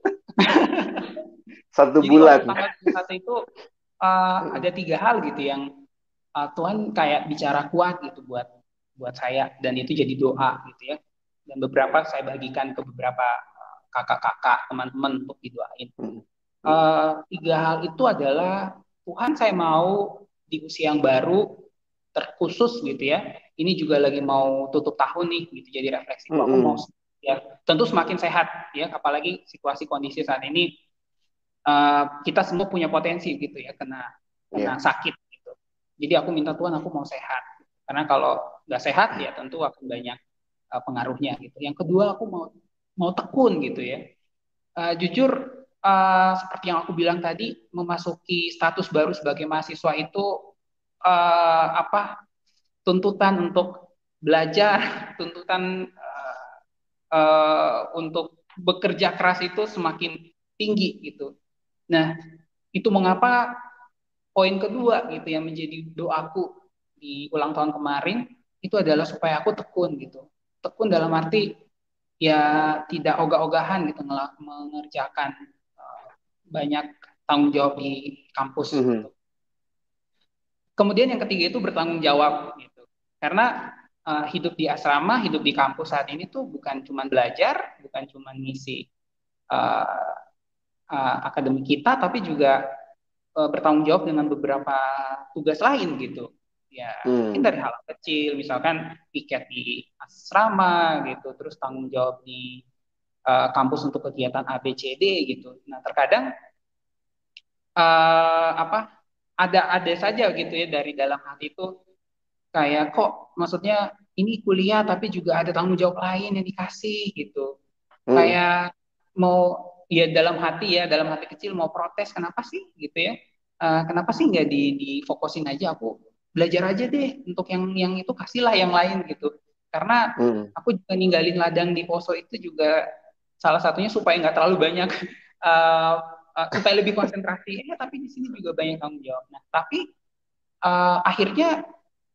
Satu Jadi bulan. Tanggal satu itu uh, ada tiga hal gitu yang uh, Tuhan kayak bicara kuat gitu buat buat saya, dan itu jadi doa gitu ya. Dan beberapa saya bagikan ke beberapa uh, kakak-kakak teman-teman untuk didoain. Uh, tiga hal itu adalah Tuhan, saya mau di usia yang baru terkhusus gitu ya. Ini juga lagi mau tutup tahun nih gitu, jadi refleksi mm-hmm. aku mau ya tentu semakin sehat ya, apalagi situasi kondisi saat ini uh, kita semua punya potensi gitu ya kena kena yeah. sakit gitu. Jadi aku minta Tuhan aku mau sehat, karena kalau nggak sehat ya tentu akan banyak uh, pengaruhnya gitu. Yang kedua aku mau mau tekun gitu ya. Uh, jujur uh, seperti yang aku bilang tadi, memasuki status baru sebagai mahasiswa itu uh, apa tuntutan untuk belajar, tuntutan uh, uh, untuk bekerja keras itu semakin tinggi gitu. Nah, itu mengapa poin kedua gitu yang menjadi doaku di ulang tahun kemarin itu adalah supaya aku tekun gitu. Tekun dalam arti ya tidak ogah-ogahan gitu mengerjakan uh, banyak tanggung jawab di kampus mm-hmm. gitu. Kemudian yang ketiga itu bertanggung jawab gitu. Karena uh, hidup di asrama, hidup di kampus saat ini tuh bukan cuma belajar, bukan cuma ngisi uh, uh, akademik kita, tapi juga uh, bertanggung jawab dengan beberapa tugas lain gitu. Ya, hmm. mungkin dari hal kecil, misalkan piket di asrama gitu, terus tanggung jawab di uh, kampus untuk kegiatan A B C D gitu. Nah, terkadang uh, apa ada ada saja gitu ya dari dalam hati itu kayak kok maksudnya ini kuliah tapi juga ada tanggung jawab lain yang dikasih gitu. Hmm. Kayak mau ya dalam hati ya, dalam hati kecil mau protes, kenapa sih gitu ya. Uh, kenapa sih nggak di difokusin aja, aku belajar aja deh untuk yang yang itu, kasihlah yang lain gitu. Karena hmm. aku juga ninggalin ladang di Poso itu juga salah satunya supaya nggak terlalu banyak uh, uh, supaya lebih konsentrasi. Eh tapi di sini juga banyak tanggung jawab. Nah, tapi uh, akhirnya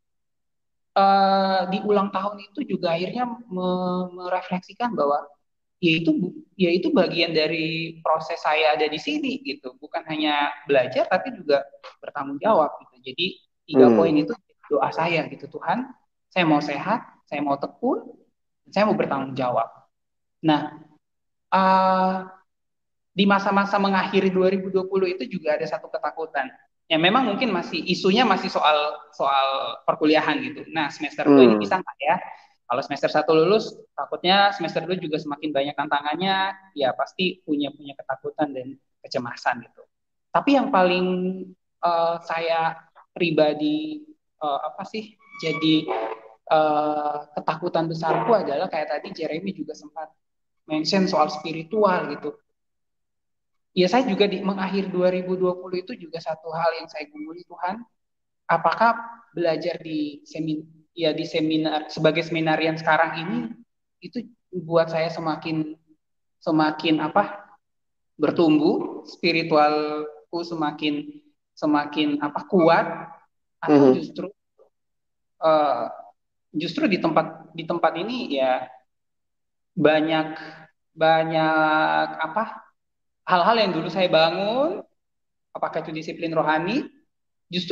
Uh, di ulang tahun itu juga akhirnya me- merefleksikan bahwa ya itu ya itu bagian dari proses saya ada di sini gitu, bukan hanya belajar tapi juga bertanggung jawab gitu. Jadi tiga hmm. poin itu doa saya gitu, Tuhan saya mau sehat, saya mau tekun, saya mau bertanggung jawab. Nah uh, di masa-masa mengakhiri dua ribu dua puluh itu juga ada satu ketakutan. Ya memang mungkin masih isunya masih soal soal perkuliahan gitu. Nah semester dua hmm. ini bisa nggak ya? Kalau semester satu lulus, takutnya semester dua juga semakin banyak tantangannya. Ya pasti punya punya ketakutan dan kecemasan gitu. Tapi yang paling uh, saya pribadi uh, apa sih jadi uh, ketakutan besarku adalah kayak tadi Jeremy juga sempat mention soal spiritual gitu. Ya saya juga di mengakhir dua ribu dua puluh itu juga satu hal yang saya gumuli, Tuhan, apakah belajar di semin ya di seminar sebagai seminarian sekarang ini itu buat saya semakin semakin apa bertumbuh, spiritualku semakin semakin apa kuat, atau mm-hmm. justru uh, justru di tempat di tempat ini ya banyak banyak apa hal-hal yang dulu saya bangun, apakah itu disiplin rohani, justru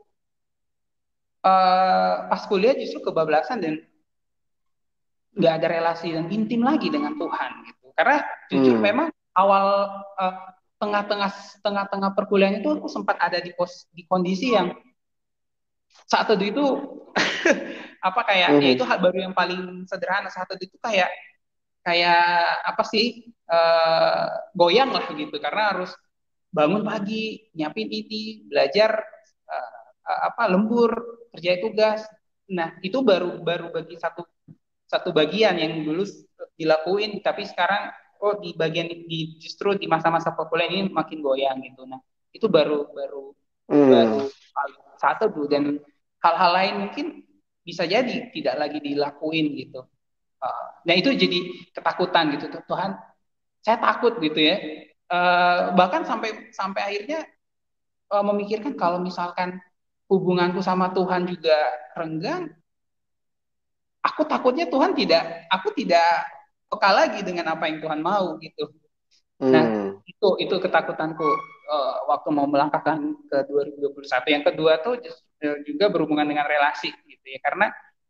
uh, pas kuliah justru kebablasan dan nggak ada relasi yang intim lagi dengan Tuhan gitu. Karena jujur hmm. memang awal uh, tengah-tengah tengah-tengah perkuliahan itu aku sempat ada di pos di kondisi yang saat teduh itu apa kayak ya Mhm. itu hal baru yang paling sederhana. Saat teduh itu kayak kayak apa sih uh, goyang lah gitu karena harus bangun pagi, nyiapin ini, belajar uh, uh, apa lembur, kerja tugas. Nah, itu baru baru bagi satu satu bagian yang dulu dilakuin, tapi sekarang oh di bagian di justru di masa-masa populer ini makin goyang gitu. Nah, itu baru baru baru Hmm. satu tuh dan hal-hal lain mungkin bisa jadi tidak lagi dilakuin gitu. Uh, nah itu jadi ketakutan gitu tuh Tuhan, saya takut gitu ya. Uh, bahkan sampai sampai akhirnya uh, memikirkan kalau misalkan hubunganku sama Tuhan juga renggang, aku takutnya Tuhan tidak, aku tidak peka lagi dengan apa yang Tuhan mau gitu. Nah Hmm. itu itu ketakutanku uh, waktu mau melangkahkan ke dua ribu dua puluh satu. Yang kedua tuh juga berhubungan dengan relasi gitu ya, karena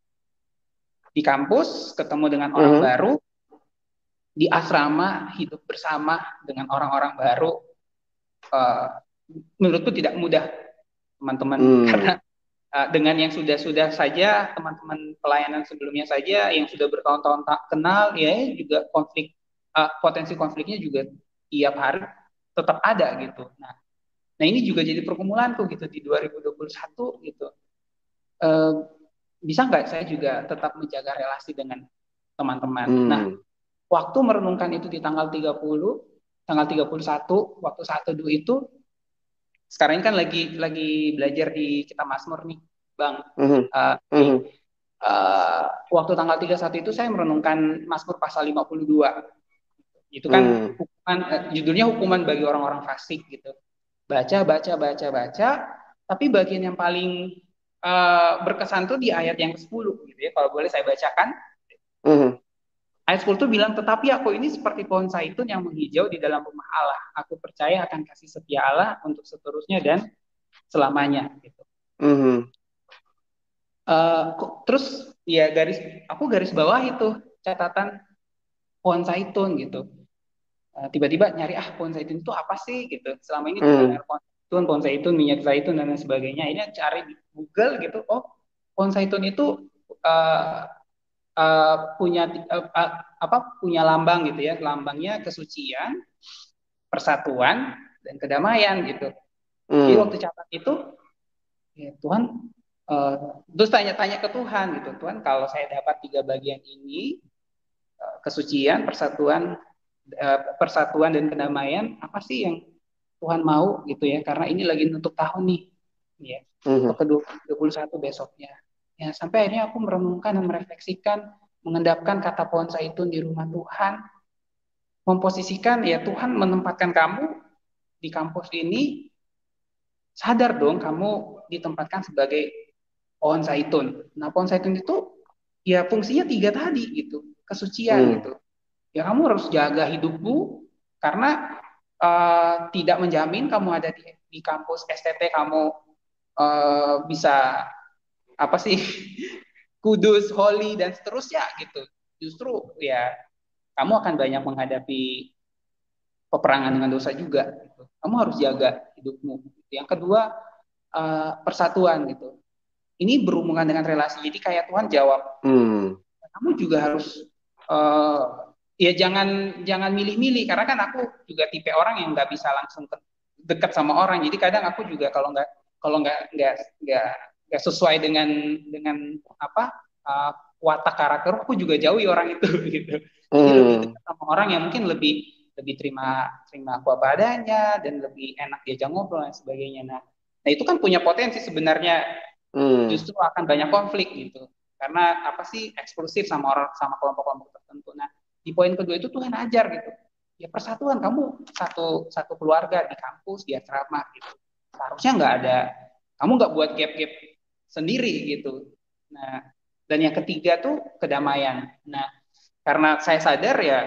di kampus ketemu dengan orang Mhm. baru, di asrama hidup bersama dengan orang-orang baru, uh, menurutku tidak mudah teman-teman. Hmm. Karena uh, dengan yang sudah-sudah saja teman-teman pelayanan sebelumnya saja yang sudah bertahun-tahun tak kenal ya juga konflik uh, potensi konfliknya juga tiap hari tetap ada gitu. Nah, nah ini juga jadi pergumulanku gitu di dua ribu dua puluh satu gitu. Uh, bisa nggak saya juga tetap menjaga relasi dengan teman-teman? Hmm. Nah, waktu merenungkan itu di tanggal tiga puluh, tanggal tiga puluh satu, waktu saat teduh itu, sekarang ini kan lagi lagi belajar di Kitab Mazmur nih, Bang. Mhm. Uh, Mhm. uh, waktu tanggal tiga puluh satu itu saya merenungkan Mazmur pasal lima puluh dua. Itu kan Hmm. hukuman, uh, judulnya hukuman bagi orang-orang fasik gitu. Baca, baca, baca, baca, tapi bagian yang paling uh, berkesan tuh di ayat yang kesepuluh gitu ya. Kalau boleh saya bacakan. Mhm. Ayat sepuluh itu bilang, tetapi aku ini seperti pohon zaitun yang menghijau di dalam rumah Allah. Aku percaya akan kasih setia Allah untuk seterusnya dan selamanya. Gitu. Mhm. Uh, terus ya garis, aku garis bawah itu catatan pohon zaitun gitu. Uh, tiba-tiba nyari ah pohon zaitun itu apa sih gitu. Selama ini Mhm. dengar pohon zaitun, pohon zaitun, minyak zaitun dan lain sebagainya. Ini cari di Google gitu. Oh, pohon zaitun itu uh, Uh, punya uh, uh, apa punya lambang gitu ya, lambangnya kesucian, persatuan dan kedamaian gitu. Jadi waktu Hmm. catat itu ya Tuhan uh, terus tanya-tanya ke Tuhan gitu, Tuhan kalau saya dapat tiga bagian ini, uh, kesucian, persatuan, uh, persatuan dan kedamaian, apa sih yang Tuhan mau gitu ya, karena ini lagi nutup tahun nih ya, Mhm. untuk ke dua ribu dua puluh satu besoknya ya. Sampai akhirnya aku merenungkan dan merefleksikan, mengendapkan kata pohon zaitun di rumah Tuhan, memposisikan ya Tuhan menempatkan kamu di kampus ini, sadar dong kamu ditempatkan sebagai pohon zaitun. Nah pohon zaitun itu ya fungsinya tiga tadi gitu, kesucian Hmm. gitu. Ya kamu harus jaga hidupmu karena uh, tidak menjamin kamu ada di, di kampus S T T kamu uh, bisa apa sih kudus, holy dan seterusnya gitu. Justru ya kamu akan banyak menghadapi peperangan dengan dosa juga. Gitu. Kamu harus jaga hidupmu. Yang kedua uh, persatuan gitu. Ini berhubungan dengan relasi. Jadi kayak Tuhan jawab, Hmm. kamu juga harus uh, ya jangan jangan milih-milih karena kan aku juga tipe orang yang nggak bisa langsung dekat sama orang. Jadi kadang aku juga kalau nggak kalau nggak nggak nggak nggak sesuai dengan dengan apa uh, watak karakter aku juga jauhi orang itu gitu. Jadi lebih Hmm. dekat sama orang yang mungkin lebih lebih terima terima aku apa adanya dan lebih enak diajak ngobrol dan sebagainya. Nah, nah itu kan punya potensi sebenarnya Hmm. justru akan banyak konflik gitu. Karena apa sih eksklusif sama orang sama kelompok-kelompok tertentu. Nah, di poin kedua itu Tuhan ajar gitu. Ya persatuan, kamu satu satu keluarga di kampus, di asrama gitu. Seharusnya nggak ada, kamu nggak buat gap-gap sendiri gitu. Nah, dan yang ketiga tuh kedamaian. Nah, karena saya sadar ya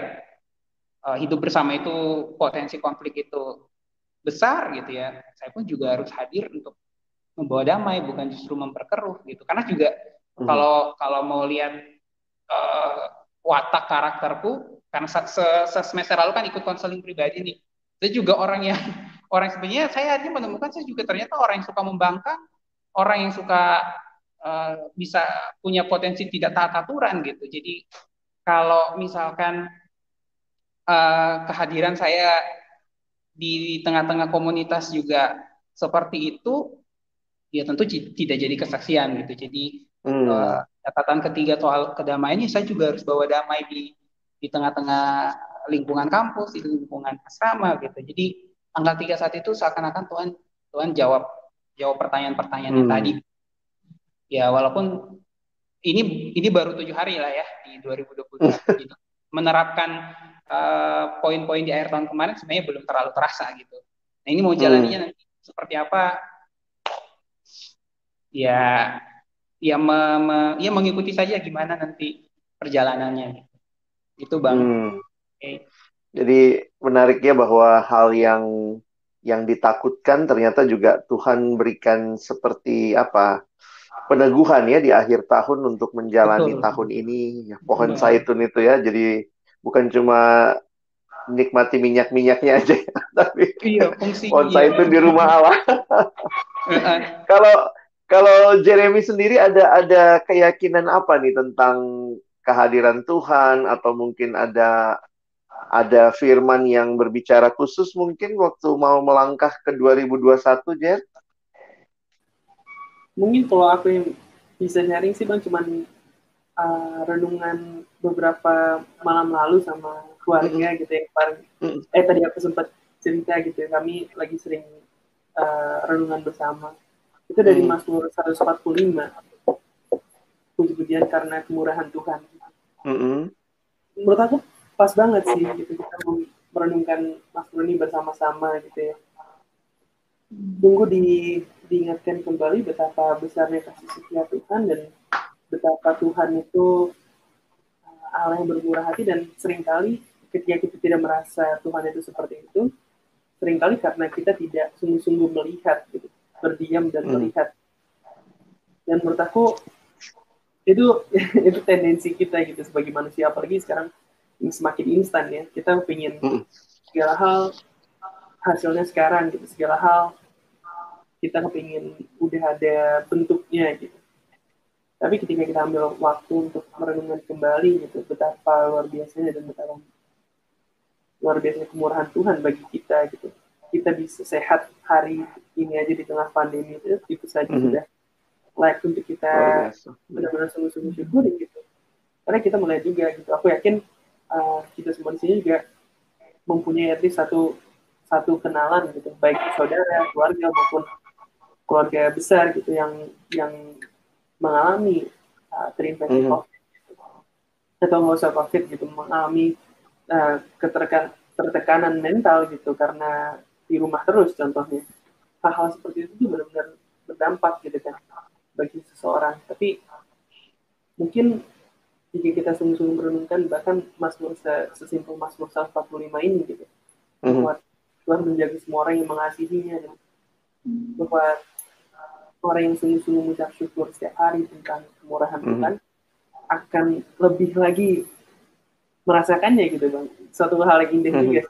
hidup bersama itu potensi konflik itu besar gitu ya. Saya pun juga harus hadir untuk membawa damai, bukan justru memperkeruh gitu. Karena juga Mhm. kalau kalau mau lihat uh, watak karakterku, karena se- se- semester lalu kan ikut konseling pribadi nih. Saya juga orang yang orang sebenarnya saya akhirnya menemukan saya juga ternyata orang yang suka membangkang, orang yang suka eh, bisa punya potensi tidak taat aturan gitu. Jadi kalau misalkan eh, kehadiran saya di tengah-tengah komunitas juga seperti itu, ya tentu ci- tidak jadi kesaksian gitu. Jadi eh, Hmm. catatan ketiga soal kedamaian, saya juga harus bawa damai di di tengah-tengah lingkungan kampus, di lingkungan asrama gitu. Jadi tanggal tiga puluh satu itu seakan-akan Tuhan Tuhan jawab jawab pertanyaan-pertanyaan yang tadi. Hmm. Ya walaupun ini ini baru tujuh hari lah ya di dua ribu dua puluh dua. Jadi menerapkan eh, poin-poin di akhir tahun kemarin sebenarnya belum terlalu terasa gitu. Nah ini mau Hmm. jalaninya nanti seperti apa? Ya ya, me- me- ya mengikuti saja gimana nanti perjalanannya. Itu Bang. Hmm. Oke. Jadi menariknya bahwa hal yang yang ditakutkan ternyata juga Tuhan berikan seperti apa peneguhan ya di akhir tahun untuk menjalani Betul. tahun ini. Ya, pohon Betul. zaitun itu ya, jadi bukan cuma nikmati minyak-minyaknya aja, ya, tapi Iya, fungsi pohon iya. zaitun di rumah Allah. Eh, eh. Kalau kalau Jeremy sendiri ada ada keyakinan apa nih tentang kehadiran Tuhan, atau mungkin ada ada firman yang berbicara khusus mungkin waktu mau melangkah ke dua ribu dua puluh satu, Jer? Mungkin kalau aku yang bisa sharing sih Bang, cuman uh, renungan beberapa malam lalu sama keluarga gitu yang paling Mm-mm. eh tadi aku sempat cerita gitu ya, kami lagi sering uh, renungan bersama itu dari Mm. Mazmur seratus empat puluh lima, puji-pujian karena kemurahan Tuhan. Mm-mm. Menurut aku pas banget sih gitu kita merenungkan Mazmur ini bersama-sama gitu ya. Tunggu di, diingatkan kembali betapa besarnya kasih setia Tuhan dan betapa Tuhan itu Allah yang bermurah hati, dan seringkali ketika kita tidak merasa Tuhan itu seperti itu, seringkali karena kita tidak sungguh-sungguh melihat, gitu, berdiam dan Mm. melihat. Dan menurut aku itu itu tendensi kita gitu sebagai manusia, apalagi sekarang semakin instan ya, kita pengen Mm. segala hal hasilnya sekarang gitu, segala hal kita kepingin udah ada bentuknya gitu. Tapi ketika kita ambil waktu untuk merenungkan kembali gitu, betapa luar biasanya dan betapa luar biasanya kemurahan Tuhan bagi kita gitu. Kita bisa sehat hari ini aja di tengah pandemi itu, itu saja Mm. sudah layak untuk kita Luar biasa. benar-benar sungguh-sungguh syukuri gitu. Karena kita melihat juga gitu. Aku yakin uh, kita semua di sini juga mempunyai at least satu satu kenalan gitu, baik saudara, keluarga maupun keluarga besar gitu yang yang mengalami uh, terinfeksi Mm. COVID gitu. Atau nggak usah COVID gitu, mengalami uh, keterkan tertekanan mental gitu karena di rumah terus contohnya. Hal-hal seperti itu tuh benar-benar berdampak gitu kan bagi seseorang. Tapi mungkin jika kita sungguh-sungguh merenungkan, bahkan Mazmur sesimpel Mazmur seratus empat puluh lima ini gitu, Mm. bahwa Tuhan menjaga semua orang yang mengasihinya, dan bahwa orang yang sungguh-sungguh mengucap syukur setiap hari tentang kemurahan Mm. Tuhan akan lebih lagi merasakannya gitu Bang. Suatu hal yang indah Mm. juga.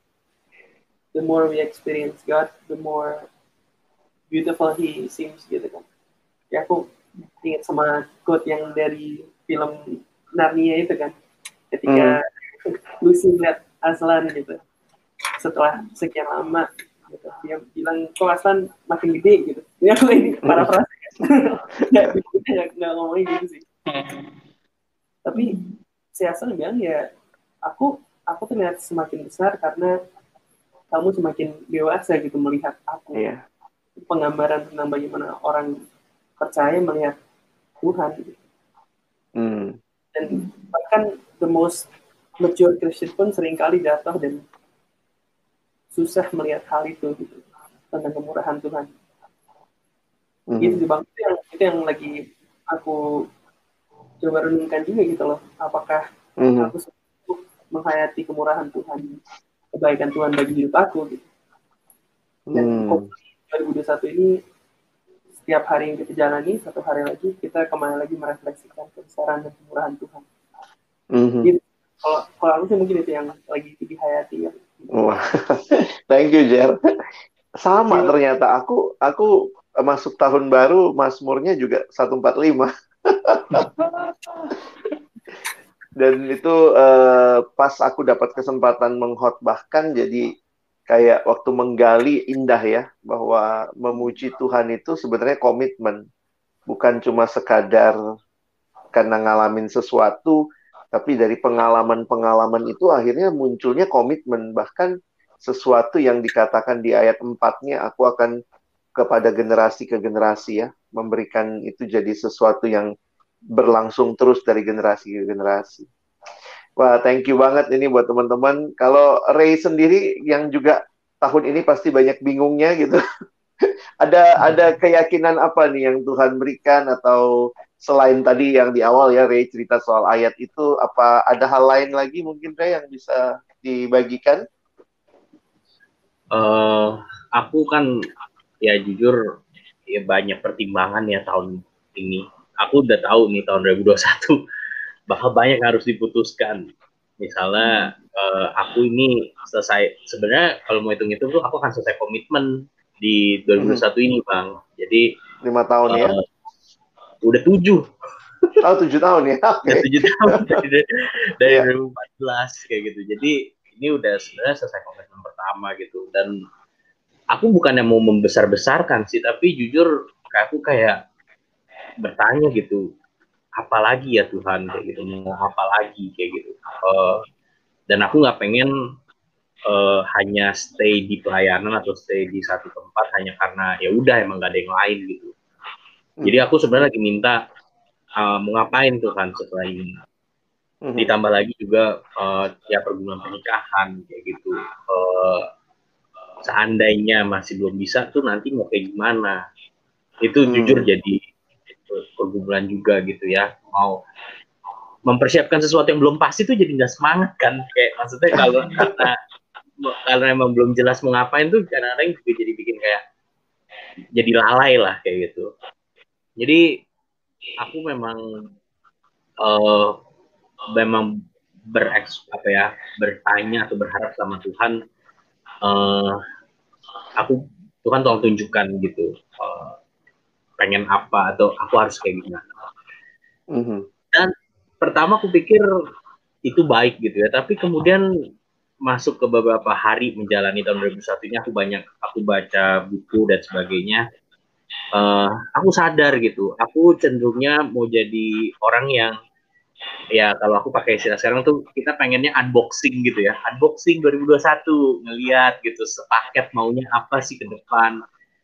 The more we experience God, the more beautiful He seems gitu kan. Ya aku ingat sama quote yang dari film Narnia itu kan, ketika mm. Lucy lihat Aslan gitu setelah sekian lama gitu, dia bilang kok Aslan makin gede gitu. Ini aku ini parafrase nggak nggak nggak ngomongin gitu sih. Tapi si Aslan bilang ya aku aku terlihat semakin besar karena kamu semakin dewasa gitu melihat aku. Yeah. Penggambaran tentang bagaimana orang percaya melihat Tuhan gitu. Mm. Dan bahkan the most mature Christian pun seringkali jatuh dan susah melihat hal itu gitu, tentang kemurahan Tuhan. Mm-hmm. Gitu Bang, itu yang, itu yang lagi aku coba renungkan juga gitu loh. Apakah mm-hmm. aku sanggup menghayati kemurahan Tuhan, kebaikan Tuhan bagi hidup aku gitu. Dan mm. dua ribu dua puluh satu ini setiap hari yang kita jalani, satu hari lagi kita kembali lagi merefleksikan kebesaran dan kemurahan Tuhan. Mm-hmm. Gitu. Kalau kalau aku sih mungkin itu yang lagi dihayati ya. Wah, thank you Jer. Sama Iya. ternyata aku aku masuk tahun baru Mazmurnya juga seratus empat puluh lima. Dan itu eh, pas aku dapat kesempatan mengkhotbahkan, jadi kayak waktu menggali indah ya, bahwa memuji Tuhan itu sebenarnya komitmen, bukan cuma sekadar karena ngalamin sesuatu, tapi dari pengalaman-pengalaman itu akhirnya munculnya komitmen. Bahkan sesuatu yang dikatakan di ayat empatnya, aku akan kepada generasi ke generasi ya, memberikan itu jadi sesuatu yang berlangsung terus dari generasi ke generasi. Wah, thank you banget ini buat teman-teman. Kalau Ray sendiri yang juga tahun ini pasti banyak bingungnya gitu. Ada ada keyakinan apa nih yang Tuhan berikan, atau selain tadi yang di awal ya Ray cerita soal ayat itu, apa ada hal lain lagi mungkin Ray yang bisa dibagikan? Uh, aku kan ya jujur ya banyak pertimbangan ya tahun ini. Aku udah tahu nih tahun dua ribu dua puluh satu bakal banyak harus diputuskan. Misalnya uh, aku ini selesai, sebenarnya kalau mau hitung itu tuh aku akan selesai komitmen di dua ribu dua puluh satu ini Bang. Jadi lima tahun uh, ya? Udah tujuh. Oh tujuh tahun ya? Okay. Udah tujuh tahun dari, dari yeah. dua ribu empat belas kayak gitu. Jadi ini udah sebenarnya selesai komitmen pertama gitu. Dan aku bukannya mau membesar-besarkan sih, tapi jujur aku kayak bertanya gitu, apalagi ya Tuhan kayak gitu, mau apa lagi kayak gitu. Uh, dan aku nggak pengen uh, hanya stay di pelayanan atau stay di satu tempat hanya karena ya udah emang nggak ada yang lain gitu. Hmm. Jadi aku sebenarnya lagi minta uh, mau ngapain Tuhan setelah ini. Hmm. Ditambah lagi juga uh, ya pergumulan pernikahan kayak gitu. Uh, seandainya masih belum bisa tuh nanti mau kayak gimana? Itu hmm. jujur jadi pergumulan juga gitu ya, mau mempersiapkan sesuatu yang belum pasti tuh jadi nggak semangat kan, kayak maksudnya kalau karena karena emang belum jelas mau ngapain tuh kadang-kadang juga jadi bikin kayak jadi lalai lah kayak gitu. Jadi aku memang uh, memang bereks apa ya bertanya atau berharap sama Tuhan, uh, aku Tuhan tolong tunjukkan gitu, uh, pengen apa atau aku harus kayak gimana. Mm-hmm. Dan pertama aku pikir itu baik gitu ya, tapi kemudian masuk ke beberapa hari menjalani tahun dua ribu satu ini aku banyak aku baca buku dan sebagainya, uh, aku sadar gitu, aku cenderungnya mau jadi orang yang ya kalau aku pakai istilah sekarang tuh kita pengennya unboxing gitu ya, unboxing dua ribu dua puluh satu, ngelihat gitu sepaket maunya apa sih ke depan.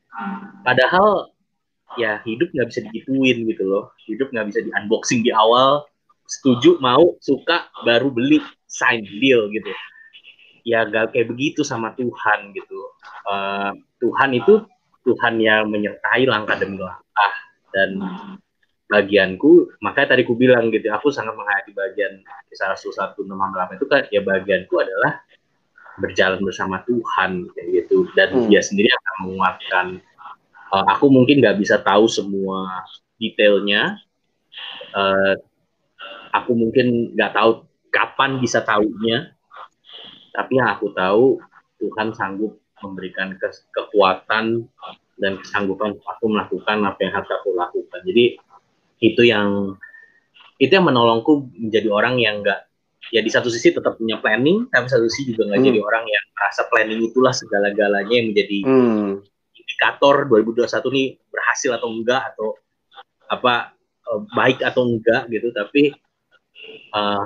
Padahal ya hidup nggak bisa digituin gitu loh, hidup nggak bisa di unboxing di awal, setuju mau suka baru beli sign deal gitu ya, gak kayak begitu sama Tuhan gitu. uh, Tuhan itu Tuhan yang menyertai langkah demi langkah, dan bagianku, makanya tadi aku bilang gitu, aku sangat menghayati bagian Kisah Rasul satu enam delapan itu kan ya, bagianku adalah berjalan bersama Tuhan kayak gitu, dan hmm. dia sendiri akan menguatkan. Uh, aku mungkin nggak bisa tahu semua detailnya, uh, aku mungkin nggak tahu kapan bisa tahunya, tapi yang aku tahu Tuhan sanggup memberikan ke- kekuatan dan kesanggupan aku melakukan apa yang harus aku lakukan. Jadi itu yang itu yang menolongku menjadi orang yang nggak, ya di satu sisi tetap punya planning, tapi satu sisi juga nggak hmm. jadi orang yang merasa planning itulah segala-galanya yang menjadi hmm. indikator dua ribu dua puluh satu nih berhasil atau enggak, atau apa baik atau enggak gitu. Tapi uh,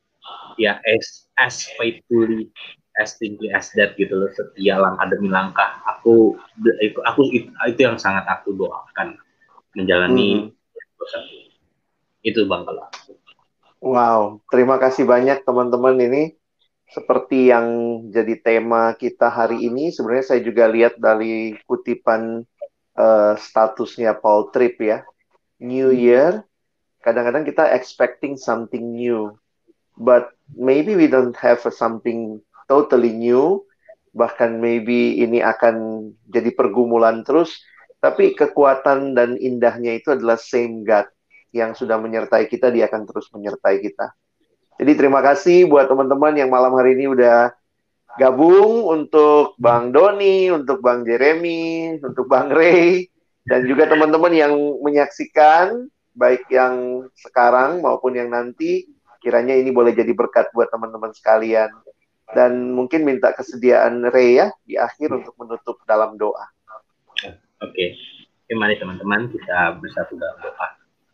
ya as as faithfully as simply as that gitu loh, setia langkah demi langkah. Aku aku itu, itu yang sangat aku doakan menjalani hmm. itu Bang kalau aku. Wow, terima kasih banyak teman-teman. Ini seperti yang jadi tema kita hari ini. Sebenarnya saya juga lihat dari kutipan uh, statusnya Paul Tripp ya. New Year, kadang-kadang kita expecting something new, but maybe we don't have a something totally new. Bahkan maybe ini akan jadi pergumulan terus, tapi kekuatan dan indahnya itu adalah same God yang sudah menyertai kita, dia akan terus menyertai kita. Jadi terima kasih buat teman-teman yang malam hari ini udah gabung, untuk Bang Doni, untuk Bang Jeremy, untuk Bang Ray, dan juga teman-teman yang menyaksikan, baik yang sekarang maupun yang nanti. Kiranya ini boleh jadi berkat buat teman-teman sekalian. Dan mungkin minta kesediaan Ray ya di akhir untuk menutup dalam doa. Oke, okay. Mari teman-teman kita bersatu dalam doa.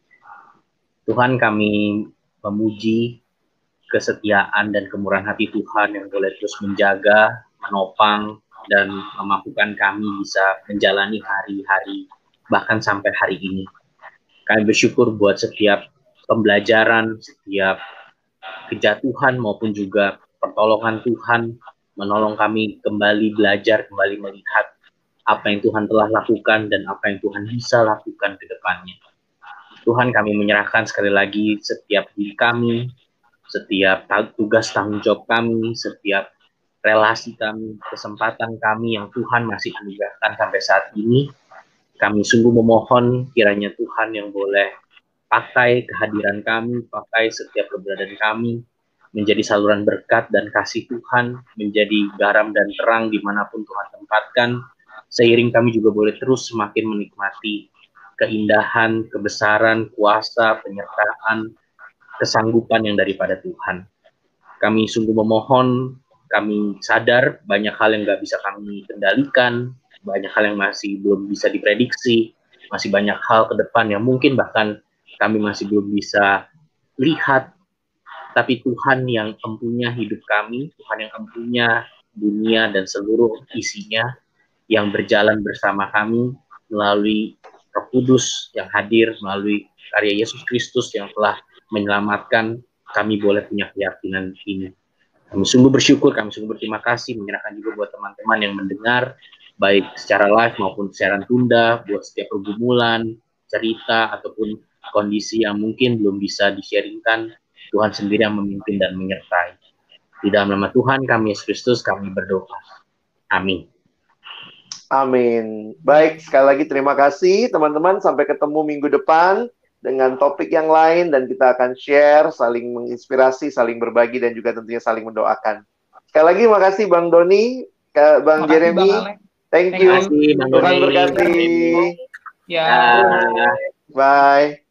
Tuhan, kami memuji kesetiaan dan kemurahan hati Tuhan yang boleh terus menjaga, menopang, dan memampukan kami bisa menjalani hari-hari, bahkan sampai hari ini. Kami bersyukur buat setiap pembelajaran, setiap kejatuhan maupun juga pertolongan Tuhan, menolong kami kembali belajar, kembali melihat apa yang Tuhan telah lakukan dan apa yang Tuhan bisa lakukan ke depannya. Tuhan, kami menyerahkan sekali lagi setiap diri kami, setiap tugas tanggung jawab kami, setiap relasi kami, kesempatan kami yang Tuhan masih anugerahkan sampai saat ini. Kami sungguh memohon kiranya Tuhan yang boleh pakai kehadiran kami, pakai setiap keberadaan kami, menjadi saluran berkat dan kasih Tuhan, menjadi garam dan terang dimanapun Tuhan tempatkan, seiring kami juga boleh terus semakin menikmati keindahan, kebesaran, kuasa, penyertaan, kesanggupan yang daripada Tuhan. Kami sungguh memohon, kami sadar banyak hal yang nggak bisa kami kendalikan, banyak hal yang masih belum bisa diprediksi, masih banyak hal ke depan yang mungkin bahkan kami masih belum bisa lihat, tapi Tuhan yang empunya hidup kami, Tuhan yang empunya dunia dan seluruh isinya, yang berjalan bersama kami melalui Roh Kudus yang hadir, melalui karya Yesus Kristus yang telah menyelamatkan, kami boleh punya keyakinan ini. Kami sungguh bersyukur, kami sungguh berterima kasih, menyerahkan juga buat teman-teman yang mendengar, baik secara live maupun siaran tunda, buat setiap pergumulan, cerita, ataupun kondisi yang mungkin belum bisa di-sharingkan, Tuhan sendiri yang memimpin dan menyertai. Di dalam nama Tuhan kami, Yesus Kristus, kami berdoa. Amin. Amin. Baik, sekali lagi terima kasih teman-teman. Sampai ketemu minggu depan dengan topik yang lain, dan kita akan share, saling menginspirasi, saling berbagi, dan juga tentunya saling mendoakan. Sekali lagi makasih Bang Doni, Bang makasih, Jeremy, Bang thank you. Terima kasih, Bang Tuhan Doni. berkati. Ya. Bye. Bye.